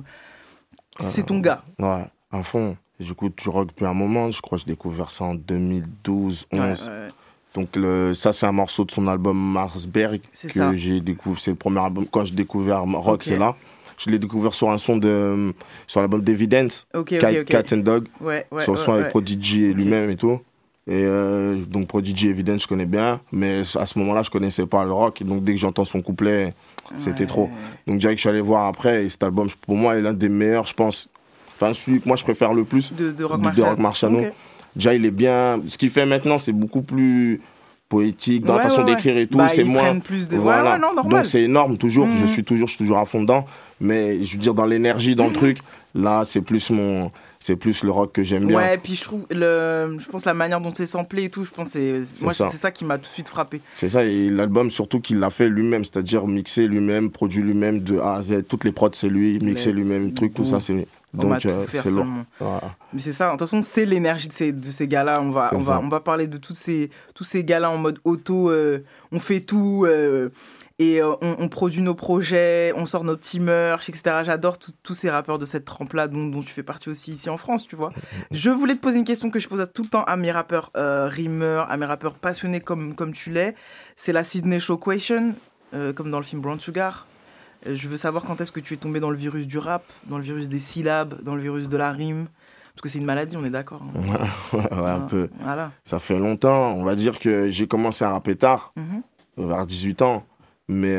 C'est ton gars. Ouais, à fond. J'écoute du rock depuis un moment. Je crois que j'ai découvert ça en deux mille douze, onze. Ouais, ouais, ouais. Donc le, ça, c'est un morceau de son album Marsberg c'est que ça. j'ai découvert. C'est le premier album. Quand j'ai découvert rock, okay. c'est là. Je l'ai découvert sur un son de sur l'album d'Evidence, okay, Cat, okay, okay. Cat and Dog, ouais, ouais, sur le ouais, son ouais. avec Prodigy lui-même okay. et tout. Et euh, donc Prodigy, Evidence, je connais bien, mais à ce moment-là, je connaissais pas le rock. Et donc dès que j'entends son couplet, c'était ouais. trop. Donc direct, je suis allé voir après. Et cet album, pour moi, est l'un des meilleurs, je pense. Enfin, celui que moi je préfère le plus de, de Rock de, de Rock Marciano. Okay. Déjà, il est bien. Ce qu'il fait maintenant, c'est beaucoup plus poétique dans ouais, la façon ouais, d'écrire et tout. Bah, c'est moins. Plus de... voilà. ouais, ouais, non, donc c'est énorme. Toujours, mmh. je suis toujours, je suis toujours à fond dedans. Mais je veux dire, dans l'énergie, dans le truc, là, c'est plus mon, c'est plus le rock que j'aime bien. Ouais, et puis je trouve, le, je pense la manière dont c'est samplé et tout, je pense c'est, c'est moi ça. c'est ça qui m'a tout de suite frappé. C'est ça, et l'album surtout qu'il l'a fait lui-même, c'est-à-dire mixé lui-même, produit lui-même de A à Z, toutes les prods c'est lui, mixé lui-même, truc, tout ça c'est lui. Donc euh, c'est lourd. Voilà. Mais c'est ça, de toute façon c'est l'énergie de ces, de ces gars-là. On va, on va, on va parler de tous ces, tous ces gars-là en mode auto, euh, on fait tout. Euh, Et euh, on, on produit nos projets, on sort nos petits merch, et cetera. J'adore tous ces rappeurs de cette trempe-là dont, dont tu fais partie aussi ici en France, tu vois. Je voulais te poser une question que je pose tout le temps à mes rappeurs euh, rimeurs, à mes rappeurs passionnés comme, comme tu l'es. C'est la Sydney Show Question, euh, comme dans le film Brown Sugar. Euh, je veux savoir quand est-ce que tu es tombé dans le virus du rap, dans le virus des syllabes, dans le virus de la rime. Parce que c'est une maladie, on est d'accord. Hein. Ouais, ouais, ouais, un peu. Voilà. Ça fait longtemps. On va dire que j'ai commencé à rapper tard, mm-hmm. vers dix-huit ans. Mais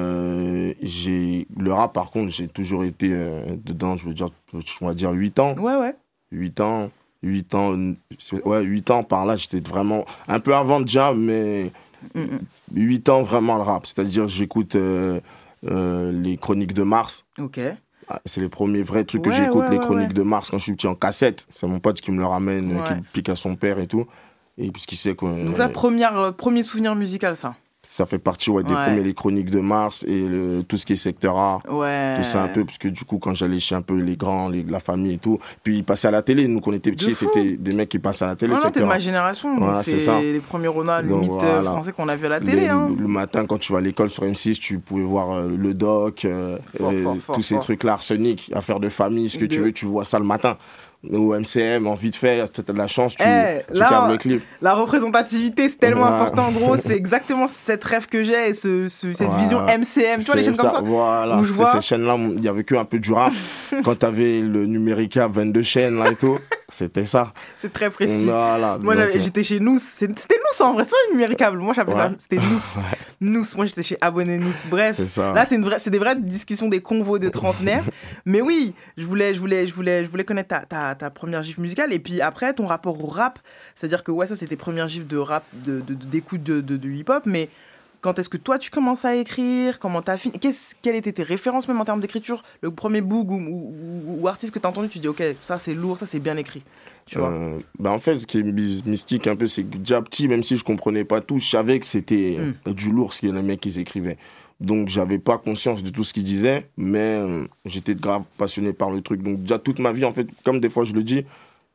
euh, j'ai le rap, par contre, j'ai toujours été euh, dedans, je veux dire, on va dire huit ans. Ouais, ouais. huit ans, huit ans, ouais, huit ans par là, j'étais vraiment, un peu avant déjà, mais mm-mm. huit ans vraiment le rap. C'est-à-dire, j'écoute euh, euh, les Chroniques de Mars. Ok. C'est les premiers vrais trucs ouais, que j'écoute, ouais, les ouais, Chroniques ouais. de Mars, quand je suis petit en cassette. C'est mon pote qui me le ramène, ouais. qui le pique à son père et tout. Et puisqu'il sait quoi. Donc, ça, première, euh, premier souvenir musical, ça. Ça fait partie ouais, des ouais. premiers, les Chroniques de Mars et le, tout ce qui est secteur A. Ouais. Tout ça un peu, parce que du coup, quand j'allais chez un peu les grands, les, la famille et tout, puis ils passaient à la télé. Nous, quand on était petits, c'était des mecs qui passaient à la télé. Non, non, t'es de ma génération. Donc voilà, c'est, c'est ça. Les premiers Ronald, limite voilà. français qu'on a vu à la télé. Les, hein. le, le matin, quand tu vas à l'école sur M six, tu pouvais voir euh, le doc, euh, fort, euh, fort, tous fort, ces fort. trucs-là, Arsenic, affaires de famille, ce que de... tu veux, tu vois ça le matin. Au M C M, envie de faire, t'as de la chance, tu, hey, tu là, gardes le clip. La représentativité, c'est tellement voilà. important, en gros. C'est exactement cette rêve que j'ai et ce, ce, cette voilà. vision M C M. Tu vois, les chaînes ça, comme ça voilà. Où je vois... Ces chaînes-là, il n'y avait que un peu du rap. Quand t'avais le Numérica, vingt-deux chaînes, là et tout, c'était ça. C'est très précis. Voilà, moi, donc, j'étais chez Nous. C'était Nous, en vrai. C'est pas une Numéricable. Moi, j'appelais ouais. ça. C'était Nous. ouais. Nous. Moi, j'étais chez Abonné Nous. Bref. C'est ça. Là, c'est, une vraie, c'est des vraies discussions des convos de trentenaires. Mais oui, je voulais, je voulais, je voulais, je voulais connaître ta, ta, ta première gifle musicale. Et puis après, ton rapport au rap. C'est-à-dire que, ouais, ça, c'était tes premières gifles de rap, de, de, de, d'écoute de, de, de hip-hop. Mais quand est-ce que toi, tu commences à écrire? Comment t'as fini? Qu'est-ce, Quelles étaient tes références, même en termes d'écriture? Le premier boog ou, ou, ou, ou artiste que t'as entendu, tu dis, OK, ça, c'est lourd, ça, c'est bien écrit. Tu vois euh, bah en fait, ce qui est mystique un peu, c'est que déjà petit, même si je comprenais pas tout, je savais que c'était mm. du lourd ce que les mecs ils écrivaient. Donc j'avais pas conscience de tout ce qu'ils disaient, mais euh, j'étais grave passionné par le truc. Donc déjà toute ma vie, en fait, comme des fois je le dis,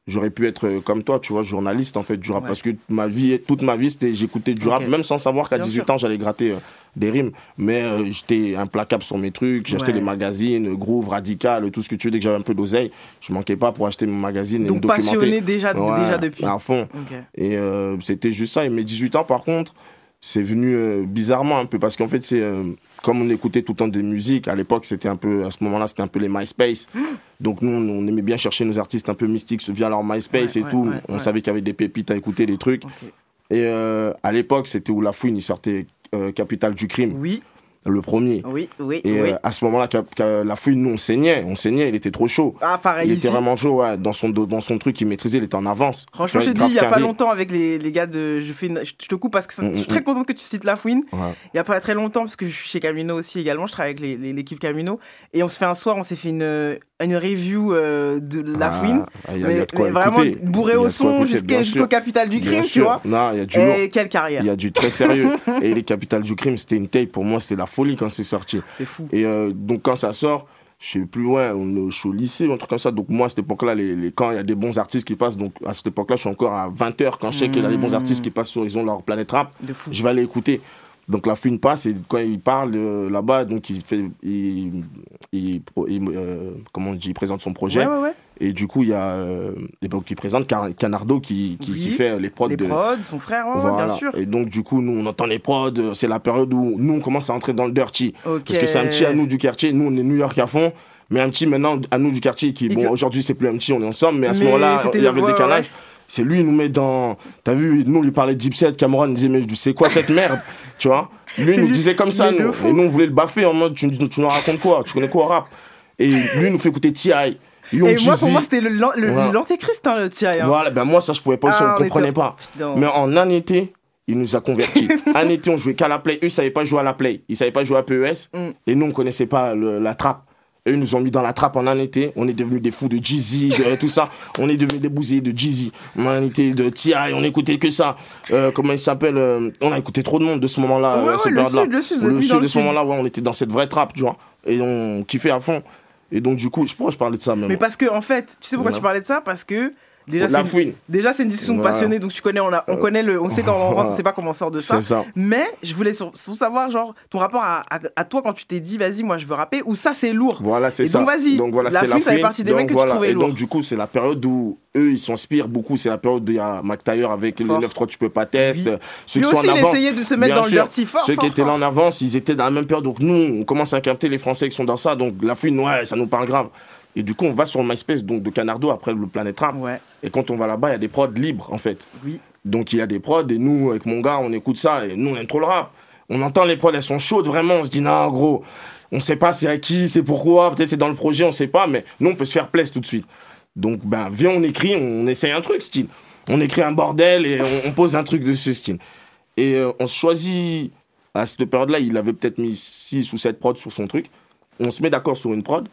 j'aurais pu être comme toi, tu vois, journaliste en fait du rap, ouais. parce que ma vie, toute ma vie, c'était, j'écoutais du okay. rap, même sans savoir qu'à Bien dix-huit sûr. ans, j'allais gratter euh, des rimes. Mais euh, j'étais implacable sur mes trucs, j'achetais ouais. les magazines, Groove, Radical, tout ce que tu veux, dès que j'avais un peu d'oseille, je manquais pas pour acheter mon magazine et Donc me documenter. Donc passionné déjà, ouais, déjà depuis. À fond. Okay. Et euh, c'était juste ça. Et mes dix-huit ans, par contre, c'est venu euh, bizarrement un peu, parce qu'en fait, c'est... Euh, comme on écoutait tout le temps des musiques, à l'époque, c'était un peu, à ce moment-là, c'était un peu les MySpace. Mmh. Donc nous, on, on aimait bien chercher nos artistes un peu mystiques via leur MySpace ouais, et ouais, tout. Ouais, on ouais. savait qu'il y avait des pépites à écouter, des trucs. Okay. Et euh, à l'époque, c'était où La Fouine, il sortait euh, Capitale du Crime. Oui. Le premier. Oui, oui, Et oui. Euh, à ce moment-là, La Fouine, nous, on saignait. On saignait, il était trop chaud. Ah, pareil. Il ici. était vraiment chaud, ouais. Dans son, dans son truc, il maîtrisait, il était en avance. Franchement, je te dis, il n'y a pas longtemps avec les, les gars de. Je, fais une... je te coupe parce que ça... mm, je suis très contente que tu cites La Fouine. Il ouais. n'y a pas très longtemps, parce que je suis chez Camino aussi également. Je travaille avec les, les, l'équipe Camino. Et on se fait un soir, on s'est fait une, une review euh, de La Fouine. Ah, y a, mais, y a mais vraiment bourré au son jusqu'à, jusqu'au Capital du Crime, tu vois. Non, il y a du Et lourd. quelle carrière. Il y a du très sérieux. Et les Capitales du Crime, c'était une tape. Pour moi, c'était la folie quand c'est sorti. C'est fou. Et euh, donc quand ça sort, je sais plus loin, on, je suis au lycée, un truc comme ça. Donc moi, à cette époque-là, les, les, quand il y a des bons artistes qui passent, donc à cette époque-là, je suis encore à vingt heures. Quand je sais mmh. qu'il y a des bons artistes qui passent sur, ils ont leur Planète Rap, je vais aller écouter. Donc La Fouine passe, et quand il parle euh, là-bas, donc il fait, il, il, il euh, comment on dit, il présente son projet. Ouais, ouais, ouais. Et du coup, il y a, euh, donc il présente Car- Canardo qui, qui, oui, qui fait les prods. Les de, prods, son frère, ouais, voilà. bien sûr. Et donc du coup, nous on entend les prods. C'est la période où nous on commence à entrer dans le dirty, okay. parce que c'est un petit à nous du quartier. Nous on est New York à fond. Mais un petit maintenant à nous du quartier qui, bon, que... aujourd'hui c'est plus un petit, on est ensemble, mais à ce mais moment-là, il y avait le décalage. Ouais. C'est lui, il nous met dans. T'as vu, nous on lui parlait de Dipset, Cameron, il disait, mais c'est quoi cette merde, tu vois. Lui, il nous disait comme ça, nous. Et nous on voulait le baffer en mode, tu, tu nous racontes quoi, tu connais quoi au rap. Et lui, il nous fait écouter T I Young Et Jeezy. moi, pour moi, c'était le, le, voilà. l'antéchrist, hein, le T I Hein. Voilà, ben moi, ça, je pouvais pas, ah, on ne comprenait était... pas. Non. Mais en un été, il nous a convertis. Un été, on jouait qu'à la play. Eux, ils savaient pas jouer à la play. Ils savaient pas jouer à P E S. Mm. Et nous, on connaissait pas le, la trappe. Eux, ils nous ont mis dans la trappe en un été. On est devenus des fous de Jeezy, de tout ça. On est devenus des bousillés de Jeezy. En un été de T I on écoutait que ça. Euh, comment il s'appelle euh, On a écouté trop de monde de ce moment-là. Ouais, euh, ouais, le sud, le sud, le sud de ce moment-là, ouais, on était dans cette vraie trappe, tu vois. Et on kiffait à fond. Et donc, du coup, je pourrais je parlais de ça même. Mais parce que, en fait, tu sais pourquoi ouais. tu parlais de ça Parce que. Déjà, la c'est une, déjà, c'est une discussion de ouais. passionnés, donc tu connais, on, a, on connaît le, on sait quand on rentre, on sait pas comment on sort de ça. ça. Mais je voulais sur, sur savoir, genre, ton rapport à, à, à toi quand tu t'es dit, vas-y, moi je veux rapper, ou ça c'est lourd. Voilà, c'est et ça. Donc vas-y. Donc voilà, la c'était la ça fait partie des donc, mecs que voilà. tu trouvais et lourd. Et donc du coup, c'est la période où eux, ils s'inspirent beaucoup. C'est la période où il y a Mac Taylor avec fort. le neuf trois tu peux pas tester. Oui. Ceux Lui qui sont aussi, en il avance. essayait de se mettre Bien dans sûr, le dirty fort. Ceux fort, qui étaient fort. là en avance, ils étaient dans la même période. Donc nous, on commence à capter les Français qui sont dans ça. Donc La Fouine, ouais, ça nous parle grave. Et du coup, on va sur le MySpace donc, de Canardo après le Planète Rap. Ouais. Et quand on va là-bas, il y a des prods libres, en fait. Oui. Donc, il y a des prods, et nous, avec mon gars, on écoute ça, et nous, on aime trop le rap. On entend les prods, elles sont chaudes, vraiment. On se dit, non, gros, on sait pas c'est à qui, c'est pourquoi, peut-être c'est dans le projet, on sait pas, mais nous, on peut se faire plaisir tout de suite. Donc, ben, viens, on écrit, on essaye un truc, style. On écrit un bordel, et on, on pose un truc de ce style. Et euh, on se choisit, à cette période-là, il avait peut-être mis six ou sept prods sur son truc. On se met d'accord sur une prod.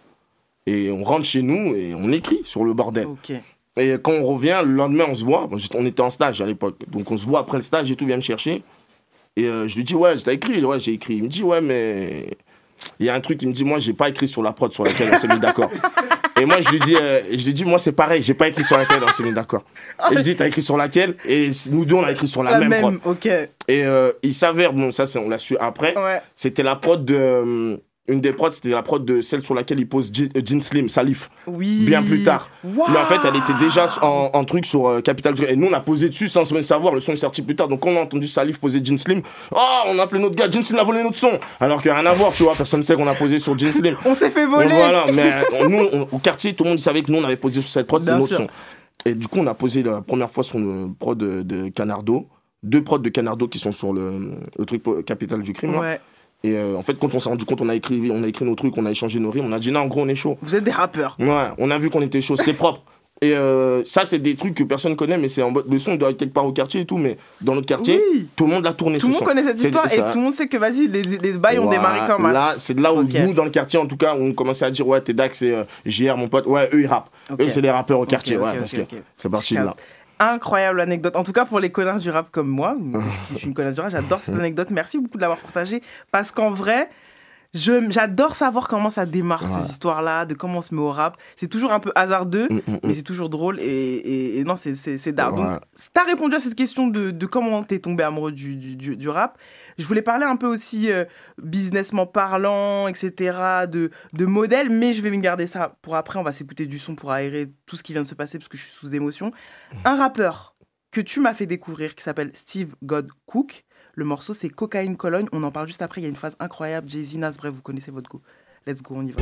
Et on rentre chez nous et on écrit sur le bordel. Okay. Et quand on revient, le lendemain, on se voit. On était en stage à l'époque. Donc on se voit après le stage et tout, vient me chercher. Et euh, je lui dis, ouais, t'as écrit Ouais, j'ai écrit. Il me dit, ouais, mais. Il y a un truc, il me dit, moi, j'ai pas écrit sur la prod sur laquelle on s'est mis d'accord. Et moi, je lui dis, euh, je lui dis, moi, c'est pareil, j'ai pas écrit sur laquelle on s'est mis d'accord. Et je dis, t'as écrit sur laquelle Et nous deux, on a écrit sur la, la même, même prod. Okay. Et euh, il s'avère, bon, ça, c'est, on l'a su après, ouais. c'était la prod de. Euh, Une des prods, c'était la prod de celle sur laquelle il pose Jean Slim, Salif. Oui. Bien plus tard. Wow. Mais en fait, elle était déjà en, en truc sur euh, Capital. Et nous, on a posé dessus sans même savoir. Le son est sorti plus tard. Donc, quand on a entendu Salif poser Jean Slim, oh, on a appelé notre gars, Jean Slim a volé notre son. Alors qu'il n'y a rien à voir, tu vois. Personne ne sait qu'on a posé sur Jean Slim. On s'est fait voler. Donc, voilà. Mais on, nous, on, au quartier, tout le monde savait que nous, on avait posé sur cette prod, c'est notre son. Et du coup, on a posé la première fois sur le prod de, de Canardo. Deux prods de Canardo qui sont sur le, le truc Capital du Crime. Ouais. Là. Et euh, en fait, quand on s'est rendu compte, on a écrit, on a écrit nos trucs, on a échangé nos rimes, on a dit non, en gros, on est chaud. Vous êtes des rappeurs. Ouais, on a vu qu'on était chaud, c'était propre. Et euh, ça, c'est des trucs que personne connaît, mais c'est en le son doit être quelque part au quartier et tout, mais dans notre quartier, oui. tout le monde l'a tourné. Tout le monde son. connaît cette histoire c'est, et ça. tout le monde sait que vas-y, les, les bails ont ouais, démarré comme ça. Là, c'est de là où okay. nous, dans le quartier, en tout cas, on commençait à dire ouais, t'es Dax, c'est euh, J R, mon pote. Ouais, eux, ils rappent. Okay. Eux, c'est des rappeurs au quartier, okay, okay, ouais, okay, parce okay, que okay. c'est parti de là. Incroyable anecdote. En tout cas, pour les connards du rap comme moi, je suis une connasse du rap, j'adore cette anecdote. Merci beaucoup de l'avoir partagée parce qu'en vrai, Je, j'adore savoir comment ça démarre, Ouais. ces histoires-là, de comment on se met au rap. C'est toujours un peu hasardeux, Mm, mm, mais mm. c'est toujours drôle. Et, et, et non, c'est, c'est, c'est d'art. Ouais. Donc, t'as répondu à cette question de, de comment t'es tombé amoureux du, du, du, du rap. Je voulais parler un peu aussi euh, businessment parlant, et cetera, de, de modèles, mais je vais me garder ça pour après. On va s'écouter du son pour aérer tout ce qui vient de se passer, parce que je suis sous émotion. Un rappeur que tu m'as fait découvrir qui s'appelle Steve God Cook. Le morceau, c'est Cocaine Cologne. On en parle juste après. Il y a une phase incroyable. Jay-Z, Nas, bref, vous connaissez votre goût. Let's go, on y va.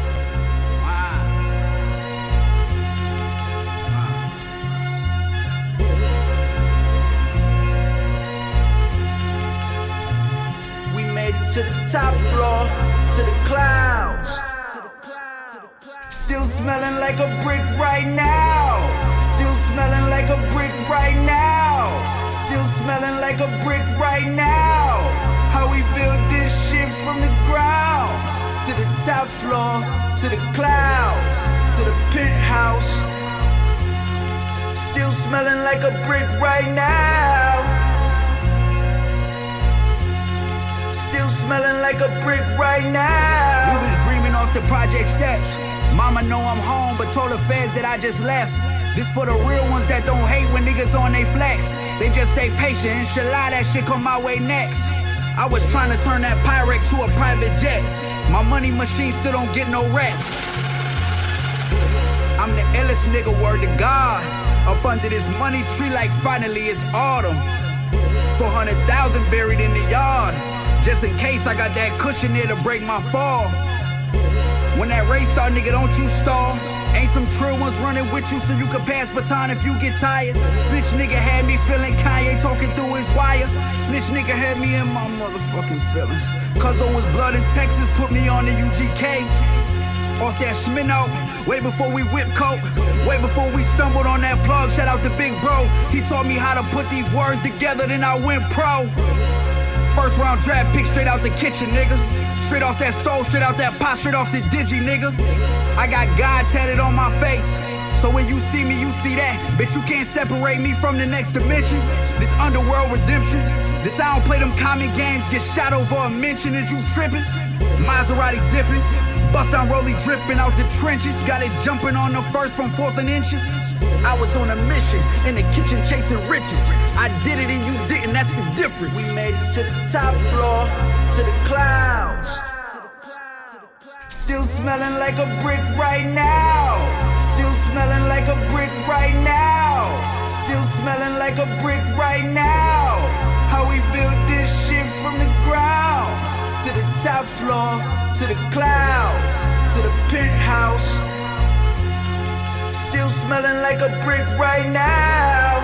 We made it to the top floor, to the clouds. Still smelling like a brick right now. Still smelling like a brick right now. Still smelling like a brick right now. How we build this shit from the ground. To the top floor, to the clouds, to the penthouse. Still smelling like a brick right now. Still smelling like a brick right now. We was dreaming off the project steps. Mama know I'm home, but told the feds that I just left. This for the real ones that don't hate when niggas on they flex. They just stay patient, inshallah that shit come my way next. I was trying to turn that Pyrex to a private jet. My money machine still don't get no rest. I'm the illest nigga, word to God. Up under this money tree like finally it's autumn. four hundred thousand buried in the yard. Just in case I got that cushion there to break my fall. When that race start, nigga, don't you stall. Ain't some trill ones running with you so you can pass baton if you get tired. Snitch nigga had me feeling Kanye talking through his wire. Snitch nigga had me in my motherfucking feelings. Cause it was blood in Texas, put me on the U G K. Off that Schmino, way before we whip coke. Way before we stumbled on that plug, shout out to Big Bro. He taught me how to put these words together, then I went pro. First round draft pick straight out the kitchen, nigga. Straight off that stove, straight out that pot, straight off the digi, nigga. I got God tatted on my face. So when you see me, you see that. Bitch, you can't separate me from the next dimension. This underworld redemption. This I don't play them common games. Get shot over a mention and you tripping. Maserati dipping. Bust down rollie dripping out the trenches. Got it jumping on the first from fourth and inches. I was on a mission in the kitchen chasing riches. I did it and you didn't, that's the difference. We made it to the top floor, to the clouds. Still smelling like a brick right now. Still smelling like a brick right now. Still smelling like a brick right now. How we built this shit from the ground. To the top floor, to the clouds, to the penthouse. Still smelling like a brick right now.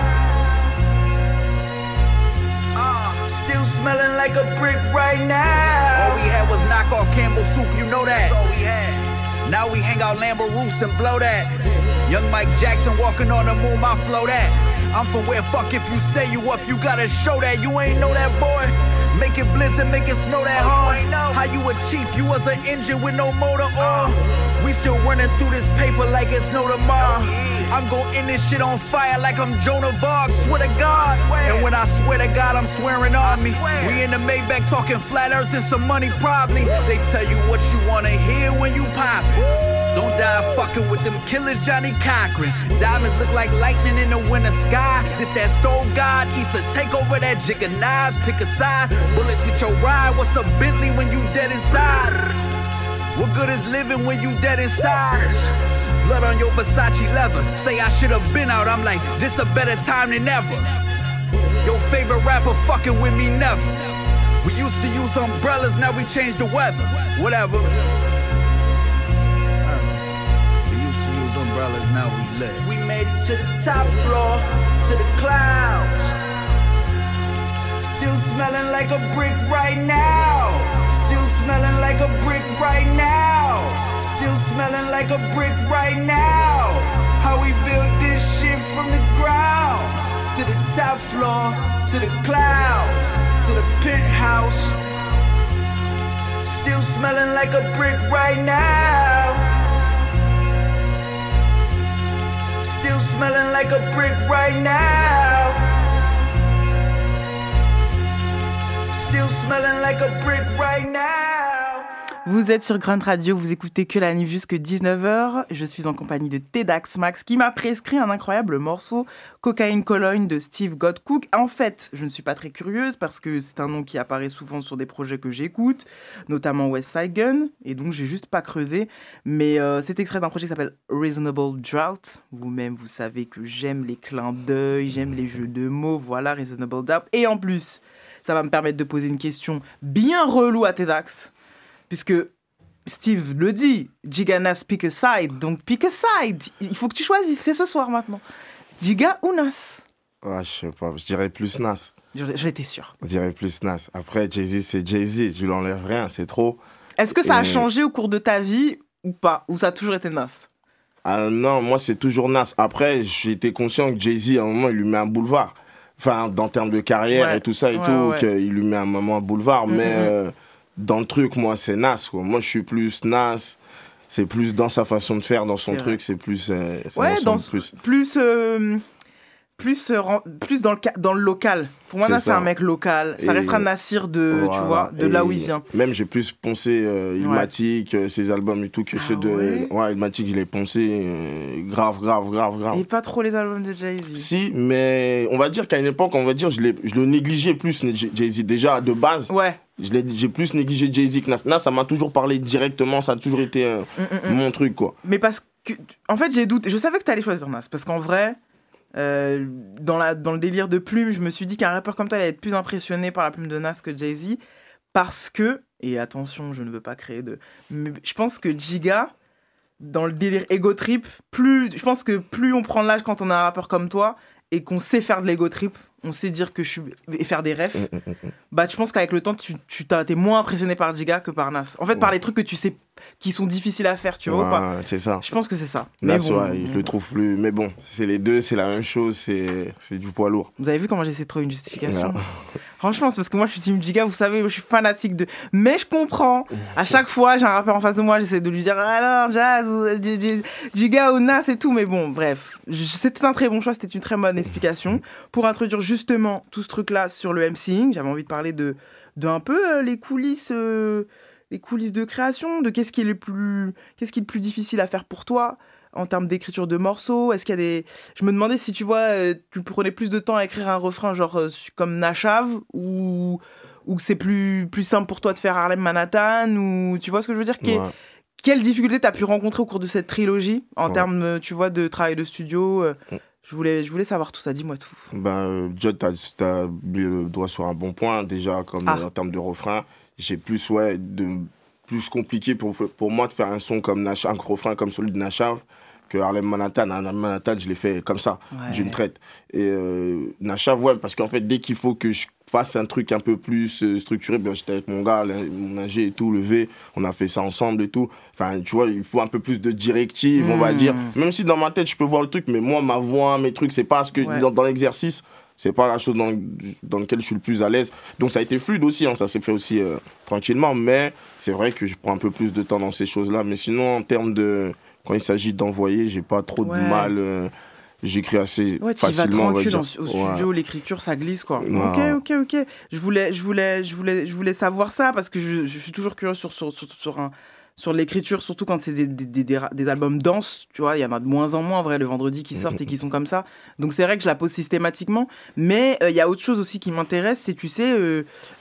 Uh, still smelling like a brick right now. All we had was knockoff Campbell soup, you know that. That's all we had. Now we hang out Lambo roofs and blow that. Young Mike Jackson walking on the moon, my flow that. I'm from where fuck if you say you up, you gotta show that. You ain't know that, boy. Make it blizzard, make it snow that hard. How you a chief, you was an engine with no motor on. We still running through this paper like it's no tomorrow. I'm gon' end this shit on fire like I'm Joan of Arc, swear to God. And when I swear to God, I'm swearing on me. We in the Maybach talking flat earth and some money probably. They tell you what you wanna hear when you poppin'. Don't die fucking with them killers, Johnny Cochran. Diamonds look like lightning in the winter sky. This that stove god, ether take over that jigger knives. Pick a side, bullets hit your ride. What's a Bentley when you dead inside? What good is living when you dead inside? Blood on your Versace leather. Say I should've been out, I'm like, this a better time than ever. Your favorite rapper fucking with me never. We used to use umbrellas, now we changed the weather. Whatever. Umbrellas, now we lit. We made it to the top floor, to the clouds. Still smelling like a brick right now. Still smelling like a brick right now. Still smelling like a brick right now. How we built this shit from the ground. To the top floor, to the clouds, to the penthouse. Still smelling like a brick right now. Still smelling like a brick right now. Still smelling like a brick right now. Vous êtes sur Grunt Radio, vous écoutez Que la Nif jusque dix-neuf heures. Je suis en compagnie de Tedax Max qui m'a prescrit un incroyable morceau, Cocaine Cologne de Steve Godcook. En fait, je ne suis pas très curieuse parce que c'est un nom qui apparaît souvent sur des projets que j'écoute, notamment West Side Gun, et donc j'ai juste pas creusé. Mais euh, c'est extrait d'un projet qui s'appelle Reasonable Drought. Vous-même, vous savez que j'aime les clins d'œil, j'aime les jeux de mots, voilà, Reasonable Doubt. Et en plus, ça va me permettre de poser une question bien relou à Tedax. Puisque Steve le dit, Giga Nas pick a side, donc pick a side. Il faut que tu choisisses, c'est ce soir maintenant. Giga ou Nas? Ouais, je sais pas, je dirais plus Nas. J'étais sûr. Je dirais plus Nas. Après, Jay-Z, c'est Jay-Z, tu l'enlèves rien, c'est trop. Est-ce que ça Et... a changé au cours de ta vie ou pas? Ou ça a toujours été Nas? Ah non, moi c'est toujours Nas. Après, j'ai été conscient que Jay-Z, à un moment, il lui met un boulevard. Enfin, dans termes de carrière ouais. et tout ça et ouais, tout, ouais. qu'il lui met un moment un boulevard, mm-hmm. mais... Euh, dans le truc, moi, c'est Nas, quoi. Moi, je suis plus Nas. C'est plus dans sa façon de faire, dans son c'est truc. Vrai. C'est plus... Euh, ouais, dans, plus... Plus, euh, plus, euh, plus dans, le, dans le local. Pour moi, c'est Nas, ça. C'est un mec local. Ça et restera Nassir de, voilà. tu vois, de et là où il vient. Même, j'ai plus poncé euh, Illmatic, ouais. euh, ses albums et tout, que ah, ceux de... Ouais, ouais Illmatic, je l'ai poncé euh, grave, grave, grave, grave. Et pas trop les albums de Jay-Z. Si, mais on va dire qu'à une époque, on va dire, je, je le négligeais plus, Jay-Z. Déjà, de base... Ouais. Je j'ai plus négligé Jay-Z que Nas. Nas, ça m'a toujours parlé directement, ça a toujours été euh, mm, mm, mon truc, quoi. Mais parce que, en fait, j'ai douté. Je savais que t'allais choisir Nas, parce qu'en vrai, euh, dans, la, dans le délire de plume, je me suis dit qu'un rappeur comme toi allait être plus impressionné par la plume de Nas que Jay-Z, parce que, et attention, je ne veux pas créer de... Mais je pense que Giga, dans le délire ego trip, plus, je pense que plus on prend de l'âge quand on a un rappeur comme toi, et qu'on sait faire de l'ego trip, on sait dire que je suis et faire des refs, mmh, mmh, mmh. bah je pense qu'avec le temps tu tu t'es moins impressionné par Giga que par Nas. En fait, ouais. par les trucs que tu sais qui sont difficiles à faire, tu vois ouais, ou pas. C'est ça. Je pense que c'est ça. Nas, mais bon, ouais, il le trouve plus. Mais bon, c'est les deux, c'est la même chose, c'est c'est du poids lourd. Vous avez vu comment j'essaie de trouver une justification. Franchement, c'est parce que moi je suis team Giga, vous savez, je suis fanatique de. Mais je comprends. À chaque fois, j'ai un rappeur en face de moi, j'essaie de lui dire alors Jazz ou Giga ou Nas et tout. Mais bon, bref, c'était un très bon choix, c'était une très bonne explication pour introduire justement tout ce truc-là sur le MCing. J'avais envie de parler de, de un peu euh, les coulisses, euh, les coulisses de création, de qu'est-ce qui est le plus, qu'est-ce qui est le plus difficile à faire pour toi en termes d'écriture de morceaux. Est-ce qu'il y a des, je me demandais si tu vois, euh, tu prenais plus de temps à écrire un refrain genre euh, comme Nashav ou ou c'est plus plus simple pour toi de faire Harlem Manhattan ou tu vois ce que je veux dire. Qu'est, ouais. Quelles difficultés t'as pu rencontrer au cours de cette trilogie en ouais. termes, tu vois, de travail de studio. Euh, ouais. Je voulais, je voulais savoir tout ça, dis-moi tout. Ben, Judd, t'as, t'as mis le doigt sur un bon point, déjà, comme ah. en termes de refrain. J'ai plus, ouais, de, plus compliqué pour, pour moi de faire un son comme Nashav, un refrain comme celui de Nashav, que Harlem Manhattan. Harlem Manhattan, je l'ai fait comme ça, ouais. d'une traite. Et euh, Nashav, ouais, parce qu'en fait, dès qu'il faut que je fasse un truc un peu plus euh, structuré, ben, j'étais avec mon gars, là, mon ingé et tout, le V, on a fait ça ensemble et tout. Enfin, tu vois, il faut un peu plus de directive, mmh. on va dire. Même si dans ma tête, je peux voir le truc, mais moi, ma voix, mes trucs, c'est pas ce que ouais. dans, dans l'exercice, c'est pas la chose dans, dans laquelle je suis le plus à l'aise. Donc ça a été fluide aussi, hein, ça s'est fait aussi euh, tranquillement, mais c'est vrai que je prends un peu plus de temps dans ces choses-là. Mais sinon, en termes de... Quand il s'agit d'envoyer, j'ai pas trop ouais. de mal... Euh, J'écris assez ouais, facilement. Ouais, tu vas tranquille au studio, ouais. l'écriture, ça glisse, quoi. Ouais. Ok, ok, ok. Je voulais, je voulais, je voulais, je voulais savoir ça parce que je, je suis toujours curieux sur, sur, sur, sur, un, sur l'écriture, surtout quand c'est des, des, des, des, des albums denses, tu vois. Il y en a de moins en moins, en vrai, le vendredi qui sortent et qui sont comme ça. Donc c'est vrai que je la pose systématiquement. Mais il euh, y a autre chose aussi qui m'intéresse, c'est, tu sais, euh,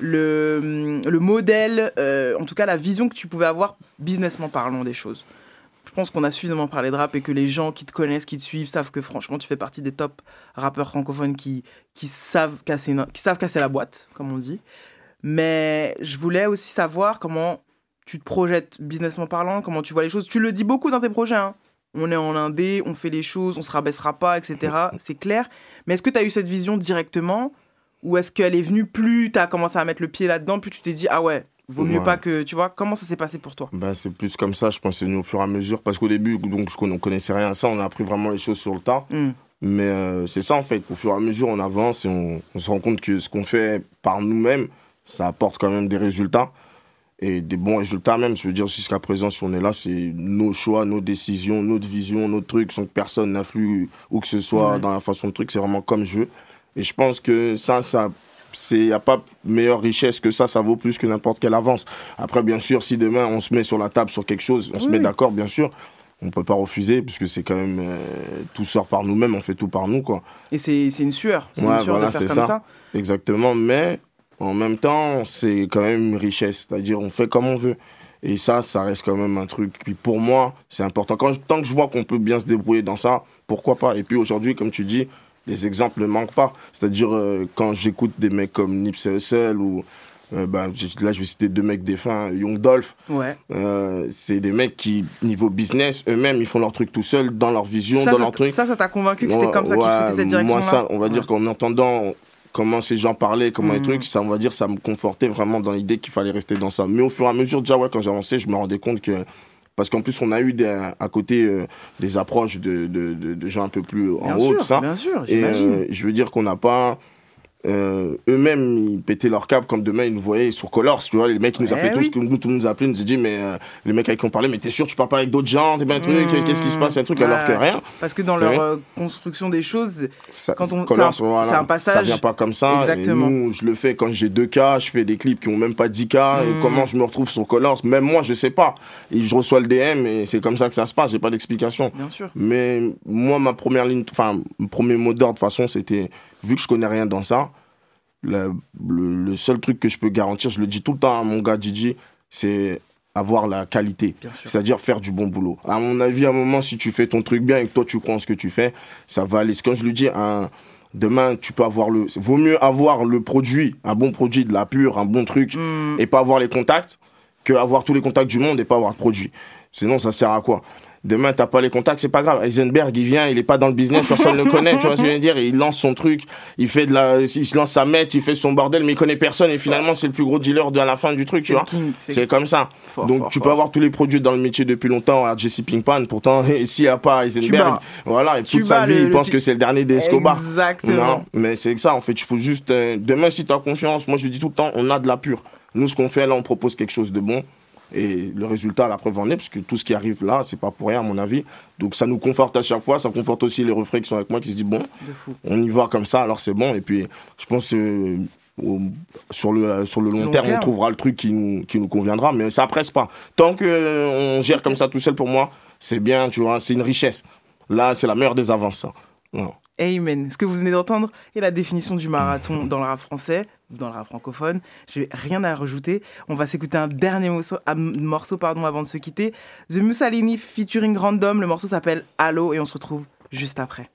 le, le modèle, euh, en tout cas la vision que tu pouvais avoir, businessment parlant des choses. Je pense qu'on a suffisamment parlé de rap et que les gens qui te connaissent, qui te suivent, savent que franchement, tu fais partie des top rappeurs francophones qui, qui, savent casser une, qui savent casser la boîte, comme on dit. Mais je voulais aussi savoir comment tu te projettes businessment parlant, comment tu vois les choses. Tu le dis beaucoup dans tes projets, hein. On est en indé, on fait les choses, on se rabaissera pas, et cetera. C'est clair. Mais est-ce que tu as eu cette vision directement ou est-ce qu'elle est venue plus, tu as commencé à mettre le pied là-dedans, plus tu t'es dit, ah ouais, vaut mieux ouais. pas que, tu vois, comment ça s'est passé pour toi? Bah, c'est plus comme ça, je pense, c'est venu au fur et à mesure, parce qu'au début, donc, on ne connaissait rien à ça, on a appris vraiment les choses sur le tas, mm. mais euh, c'est ça en fait, au fur et à mesure, on avance et on, on se rend compte que ce qu'on fait par nous-mêmes, ça apporte quand même des résultats, et des bons résultats même, je veux dire, jusqu'à présent, si on est là, c'est nos choix, nos décisions, notre vision, nos trucs, sans que personne n'influe ou que ce soit ouais. dans la façon de truc, c'est vraiment comme je veux, et je pense que ça, ça il n'y a pas meilleure richesse que ça, ça vaut plus que n'importe quelle avance. Après, bien sûr, si demain on se met sur la table sur quelque chose, on oui. se met d'accord, bien sûr, on ne peut pas refuser, puisque c'est quand même, euh, tout sort par nous-mêmes, on fait tout par nous, quoi. Et c'est, c'est une sueur, c'est ouais, une sueur voilà, de faire c'est comme ça. ça. Exactement, mais en même temps, c'est quand même une richesse, c'est-à-dire on fait comme on veut. Et ça, ça reste quand même un truc. Puis pour moi, c'est important. Quand je, tant que je vois qu'on peut bien se débrouiller dans ça, pourquoi pas. Et puis aujourd'hui, comme tu dis, les exemples ne manquent pas. C'est-à-dire, euh, quand j'écoute des mecs comme Nipsey Hussle ou... Euh, bah, là, je vais citer deux mecs défunts, Young Dolph. Ouais. Euh, c'est des mecs qui, niveau business, eux-mêmes, ils font leur truc tout seuls, dans leur vision, ça, dans ça leur truc. Ça, ça t'a convaincu que c'était ouais, comme ça, ouais, que c'était cette direction-là? Moi, ça, on va ouais. dire qu'en entendant comment ces gens parlaient, comment mmh. les trucs, ça, on va dire, ça me confortait vraiment dans l'idée qu'il fallait rester dans ça. Mais au fur et à mesure, déjà, ouais, quand j'avançais, je me rendais compte que... Parce qu'en plus, on a eu des, à côté euh, des approches de, de, de, de gens un peu plus en bien haut, sûr, tout ça. Bien sûr, et j'imagine. euh, je veux dire qu'on n'a pas... Euh, eux-mêmes, ils pétaient leur câble comme demain, ils nous voyaient sur Colors, tu vois, les mecs qui nous appelaient eh tous, oui. nous, tout le monde nous appelait, nous dit, mais euh, les mecs avec qui on parlait, mais t'es sûr, tu parles pas avec d'autres gens, t'es bien un truc, mmh. qu'est-ce qui se passe, un truc, ouais. alors que rien. Parce que dans leur euh, construction des choses, ça, quand on, Colors, c'est, un, voilà, c'est un passage. Ça vient pas comme ça. Exactement. Et nous, je le fais quand j'ai deux cas, je fais des clips qui ont même pas dix cas, mmh. et comment je me retrouve sur Colors, même moi, je sais pas. Et je reçois le D M, et c'est comme ça que ça se passe, j'ai pas d'explication. Bien sûr. Mais moi, ma première ligne, enfin, mon premier mot d'ordre, de toute façon, c'était, vu que je connais rien dans ça, Le, le, le seul truc que je peux garantir, je le dis tout le temps à mon gars Gigi, c'est avoir la qualité, c'est-à-dire faire du bon boulot. À mon avis, à un moment, si tu fais ton truc bien et que toi tu crois en ce que tu fais, ça va aller. Quand je lui dis, un, demain, tu peux avoir le... Vaut mieux avoir le produit, un bon produit, de la pure, un bon truc, mm. et pas avoir les contacts, que avoir tous les contacts du monde et pas avoir de produit. Sinon, ça sert à quoi ? Demain, t'as pas les contacts, c'est pas grave. Heisenberg, il vient, il est pas dans le business, personne ne le connaît, tu vois ce que je veux dire. Et il lance son truc, il fait de la, il se lance sa mette, il fait son bordel, mais il connaît personne et finalement, c'est le plus gros dealer de la fin du truc, c'est tu vois. King, c'est, c'est comme ça. Fort, Donc, fort, tu fort. peux avoir tous les produits dans le métier depuis longtemps à Jesse Pinkman, pourtant, s'il y a pas Heisenberg, voilà, et toute sa vie, le, il le pense t- que c'est le dernier des Escobar. Exactement. Non, mais c'est ça, en fait, il faut juste, euh, demain, si t'as confiance, moi, je dis tout le temps, on a de la pure. Nous, ce qu'on fait là, on propose quelque chose de bon. Et le résultat, la preuve en est, parce que tout ce qui arrive là, c'est pas pour rien, à mon avis. Donc ça nous conforte à chaque fois, ça conforte aussi les refrains qui sont avec moi, qui se disent bon, on y va comme ça, alors c'est bon. Et puis, je pense que euh, au, sur, le, sur le long, long terme, terme, on trouvera le truc qui nous, qui nous conviendra, mais ça presse pas. Tant qu'on euh, gère comme ça tout seul, pour moi, c'est bien, tu vois, c'est une richesse. Là, c'est la meilleure des avances, ça. Ouais. Amen. Ce que vous venez d'entendre est la définition du marathon dans le rap français, dans le rap francophone. Je n'ai rien à rajouter. On va s'écouter un dernier morceau, un morceau pardon, avant de se quitter. The Mussolini featuring Random. Le morceau s'appelle Allo et on se retrouve juste après.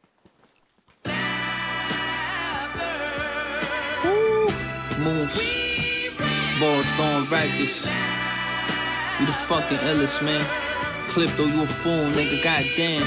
Moves. Ball Storm Records. You the fucking illest, man. Clipto, you a fool, nigga. Goddamn.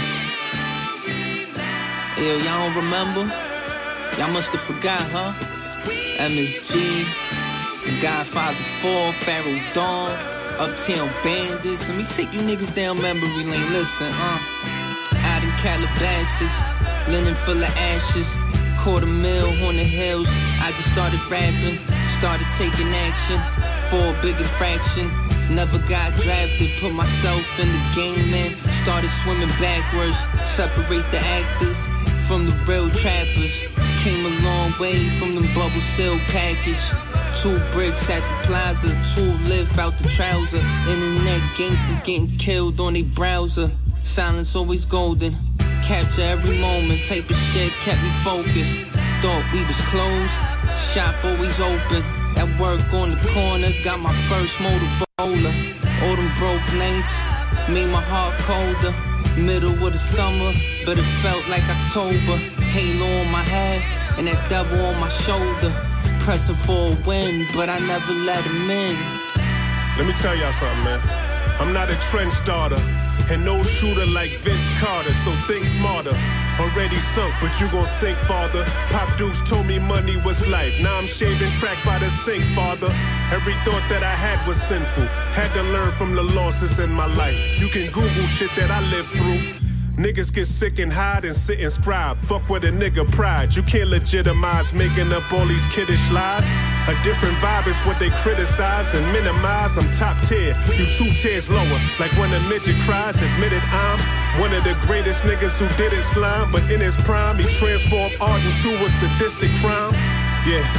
Yo, y'all don't remember? Y'all must have forgot, huh? M S G, The Godfather four, Pharaoh Dawn, Uptown Bandits. Let me take you niggas down memory lane. Listen, uh. Out in Calabasas, linen full of ashes. Quarter mil on the hills. I just started rapping, started taking action for a bigger fraction. Never got drafted, put myself in the game, man. Started swimming backwards, separate the actors from the real trappers. Came a long way from them bubble seal package. Two bricks at the plaza, two lift out the trouser. Internet gangsters getting killed on their browser. Silence always golden. Capture every moment, type of shit kept me focused. Thought we was closed, shop always open. That work on the corner, got my first Motorola. All them broke nights, made my heart colder. Middle of the summer, but it felt like October. Halo on my head, and that devil on my shoulder. Pressing for a win, but I never let him in. Let me tell y'all something, man. I'm not a trend starter, and no shooter like Vince Carter, so think smarter. Already sunk, but you gon' sink, father. Pop Dukes told me money was life. Now I'm shaving track by the sink, father. Every thought that I had was sinful. Had to learn from the losses in my life. You can Google shit that I lived through. Niggas get sick and hide and sit and scribe. Fuck with a nigga pride. You can't legitimize making up all these kiddish lies. A different vibe is what they criticize and minimize. I'm top tier, you two tiers lower. Like when a midget cries, admitted I'm one of the greatest niggas who didn't slime. But in his prime, he transformed art into a sadistic crime. Yeah.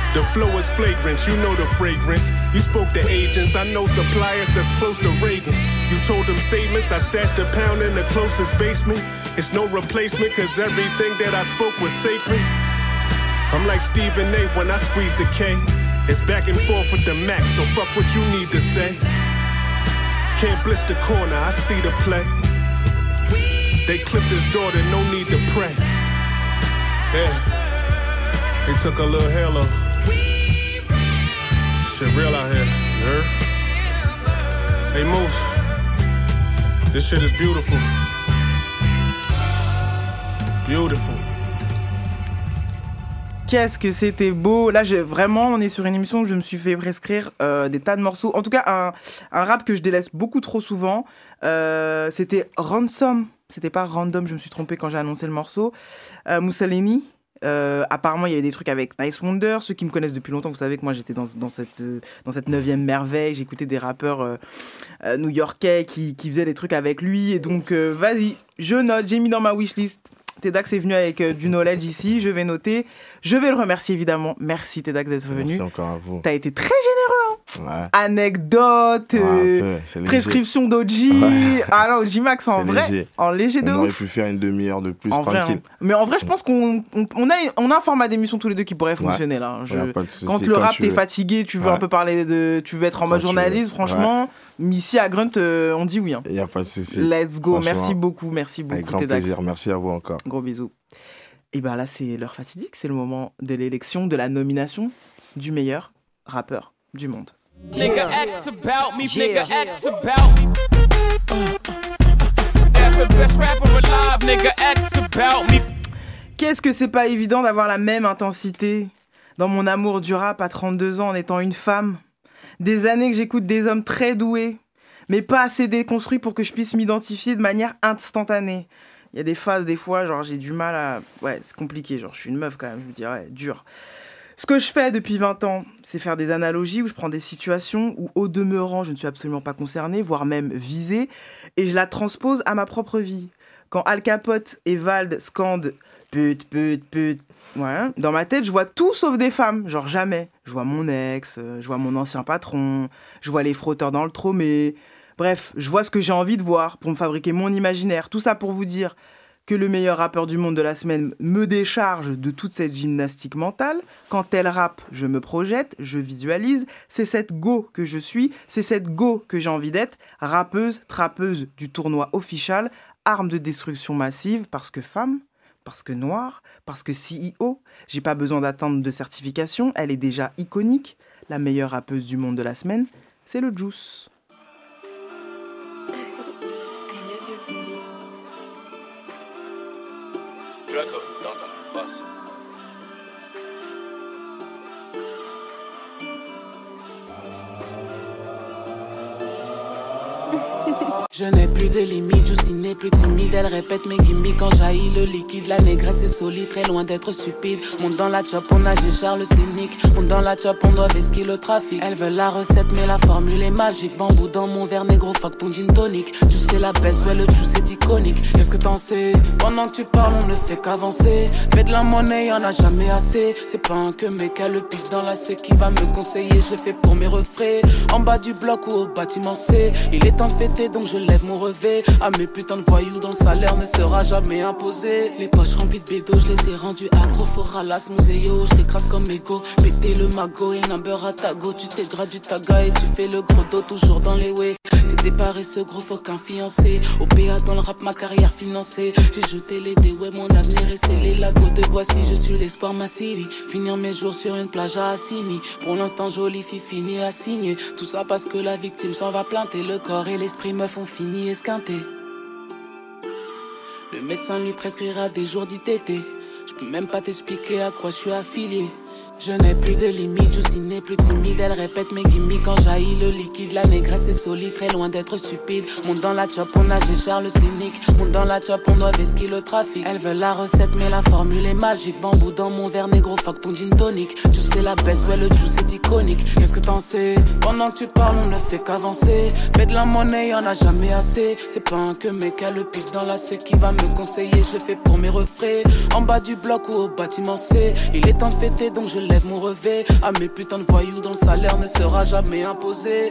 The flow is flagrant, you know the fragrance. You spoke to agents, I know suppliers that's close to Reagan. You told them statements, I stashed a pound in the closest basement. It's no replacement, cause everything that I spoke was sacred. I'm like Stephen A when I squeeze the K. It's back and forth with the Mac, so fuck what you need to say. Can't blitz the corner, I see the play. They clipped his daughter, no need to pray. Yeah, they took a little halo. Shit real out here, you heard? Hey Moose, this shit is beautiful. Beautiful. Qu'est-ce que c'était beau. Là, j'ai, vraiment, on est sur une émission où je me suis fait prescrire euh, des tas de morceaux. En tout cas, un, un rap que je délaisse beaucoup trop souvent. Euh, c'était Ransom. C'était pas Random, je me suis trompée quand j'ai annoncé le morceau. Euh, Mussolini. Euh, apparemment, il y avait des trucs avec Nice Wonder. Ceux qui me connaissent depuis longtemps, vous savez que moi, j'étais dans, dans cette euh, dans cette neuvième merveille. J'écoutais des rappeurs euh, euh, new-yorkais qui, qui faisaient des trucs avec lui. Et donc, euh, vas-y, je note, j'ai mis dans ma wishlist. Tedax est venu avec euh, du knowledge ici, je vais noter. Je vais le remercier évidemment. Merci Tedax d'être venu. Merci encore à vous. T'as été très généreux. Hein. Ouais. Anecdote, ouais, euh, prescription d'O G. Ouais. Ah non, O G Max en c'est vrai. Léger. En léger de on ouf. On aurait pu faire une demi-heure de plus, en tranquille. Vrai, hein. Mais en vrai, je pense qu'on on, on a, on a un format d'émission tous les deux qui pourrait fonctionner ouais. là. Je, quand le rap, t'es fatigué, tu veux ouais. un peu parler de. Tu veux être en quand mode journaliste, franchement. Ouais. Ici à Grunt, euh, on dit oui. Il hein. n'y a pas de souci. Let's go. Merci beaucoup. Merci beaucoup. Avec grand Tedax. plaisir. Merci à vous encore. Gros bisous. Et bien là, c'est l'heure fatidique. C'est le moment de l'élection, de la nomination du meilleur rappeur du monde. Nigga X about me, nigga X about me. That's the best rapper alive, nigga X about me. Qu'est-ce que c'est pas évident d'avoir la même intensité dans mon amour du rap à trente-deux ans en étant une femme. Des années que j'écoute des hommes très doués, mais pas assez déconstruits pour que je puisse m'identifier de manière instantanée. Il y a des phases, des fois, genre j'ai du mal à... Ouais, c'est compliqué, genre je suis une meuf quand même, je vous dirais, dur. Ce que je fais depuis vingt ans, c'est faire des analogies où je prends des situations où, au demeurant, je ne suis absolument pas concernée, voire même visée, et je la transpose à ma propre vie. Quand Al Capote et Vald scandent « pute, pute, pute », ouais, dans ma tête, je vois tout sauf des femmes, genre jamais. Je vois mon ex, je vois mon ancien patron, je vois les frotteurs dans le tromé. Bref, je vois ce que j'ai envie de voir pour me fabriquer mon imaginaire. Tout ça pour vous dire que le meilleur rappeur du monde de la semaine me décharge de toute cette gymnastique mentale. Quand elle rappe, je me projette, je visualise. C'est cette go que je suis, c'est cette go que j'ai envie d'être. Rappeuse, trappeuse du tournoi official, arme de destruction massive parce que femme, parce que noire, parce que C E O. J'ai pas besoin d'attendre de certification, elle est déjà iconique. La meilleure rappeuse du monde de la semaine, c'est le Juice. Draco, dans ta face. Je n'ai plus de limites, Juicy n'est plus timide. Elle répète mes gimmicks quand jaillit le liquide. La négresse est solide, très loin d'être stupide. Monte dans la chop, on agit Charles Cynique. Monte dans la chop, on doit vesquer le trafic. Elle veut la recette, mais la formule est magique. Bambou dans mon verre négro, fuck ton gin tonic. Juice c'est la baisse, ouais le juice c'est iconique. Qu'est-ce que t'en sais? Pendant que tu parles, on ne fait qu'avancer. Fais de la monnaie, y'en a jamais assez. C'est pas un que mec a le pif dans la C qui va me conseiller. Je le fais pour mes refrains. En bas du bloc ou au bâtiment C. Il est temps de fêter, donc je lève mon revêt. À mes putains de voyous dont le salaire ne sera jamais imposé. Les poches remplies de bédo, je les ai rendus accro. Fora las museo, je l'écrase comme ego. Péter le magot, il number à ta go. Tu t'égrades du taga et tu fais le gros dos toujours dans les way. C'est des paresseux gros, faut qu'un fiancé. O P A dans le rap, ma carrière financée. J'ai jeté les dés, ouais mon avenir est scellé. La go de Boissy, je suis l'espoir ma city. Finir mes jours sur une plage à Assini. Pour l'instant jolie fille finie à signer. Tout ça parce que la victime s'en va planter. Le corps et l'esprit me font fini esquinté. Le médecin lui prescrira des jours d'I T T. Je peux même pas t'expliquer à quoi je suis affilié. Je n'ai plus de limites, Juicy n'est plus timide. Elle répète mes gimmicks quand jaillit le liquide. La négresse est solide, très loin d'être stupide. Monte dans la chop, on agit Charles Cynique. Monte dans la chop, on doit vesquer le trafic. Elle veut la recette, mais la formule est magique. Bambou dans mon verre négro, fuck ton gin tonic. Juice c'est la baisse, ouais le juice c'est iconique. Qu'est-ce que t'en sais? Pendant que tu parles, on ne fait qu'avancer. Fais de la monnaie, y'en a jamais assez. C'est pas un que mec a le pif dans la C qui va me conseiller. Je le fais pour mes refrains. En bas du bloc ou au bâtiment C. Il est temps de fêter, donc je lève mon revêt. À mes putains de voyous dont le salaire ne sera jamais imposé.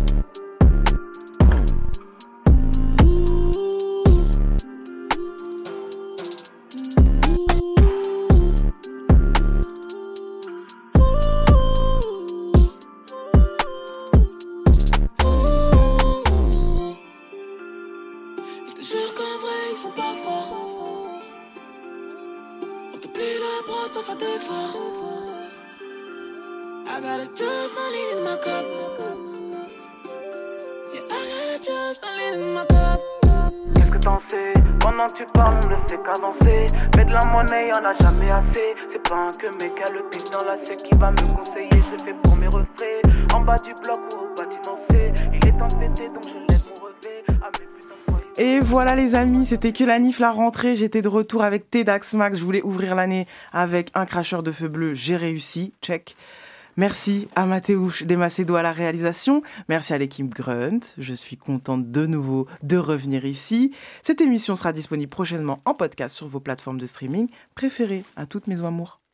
I gotta just my lean in my cup. Yeah, I gotta just my lean in my cup. Qu'est-ce que t'en sais? Pendant que tu parles, on ne fait qu'avancer. Mais de la monnaie, y'en a jamais assez. C'est pas un que mec a le pic dans la sec qui va me conseiller. Je le fais pour mes refrains. En bas du bloc ou au bâtiment C. Il est temps de péter donc je lève mon relevé. À mes putains de foyers. Et voilà les amis, c'était que la Nif la rentrée. J'étais de retour avec T-Dax Max. Je voulais ouvrir l'année avec un cracheur de feu bleu. J'ai réussi, check. Merci à Mathéouche Desmacedo à la réalisation. Merci à l'équipe Grunt. Je suis contente de nouveau de revenir ici. Cette émission sera disponible prochainement en podcast sur vos plateformes de streaming préférées. À toutes mes amours.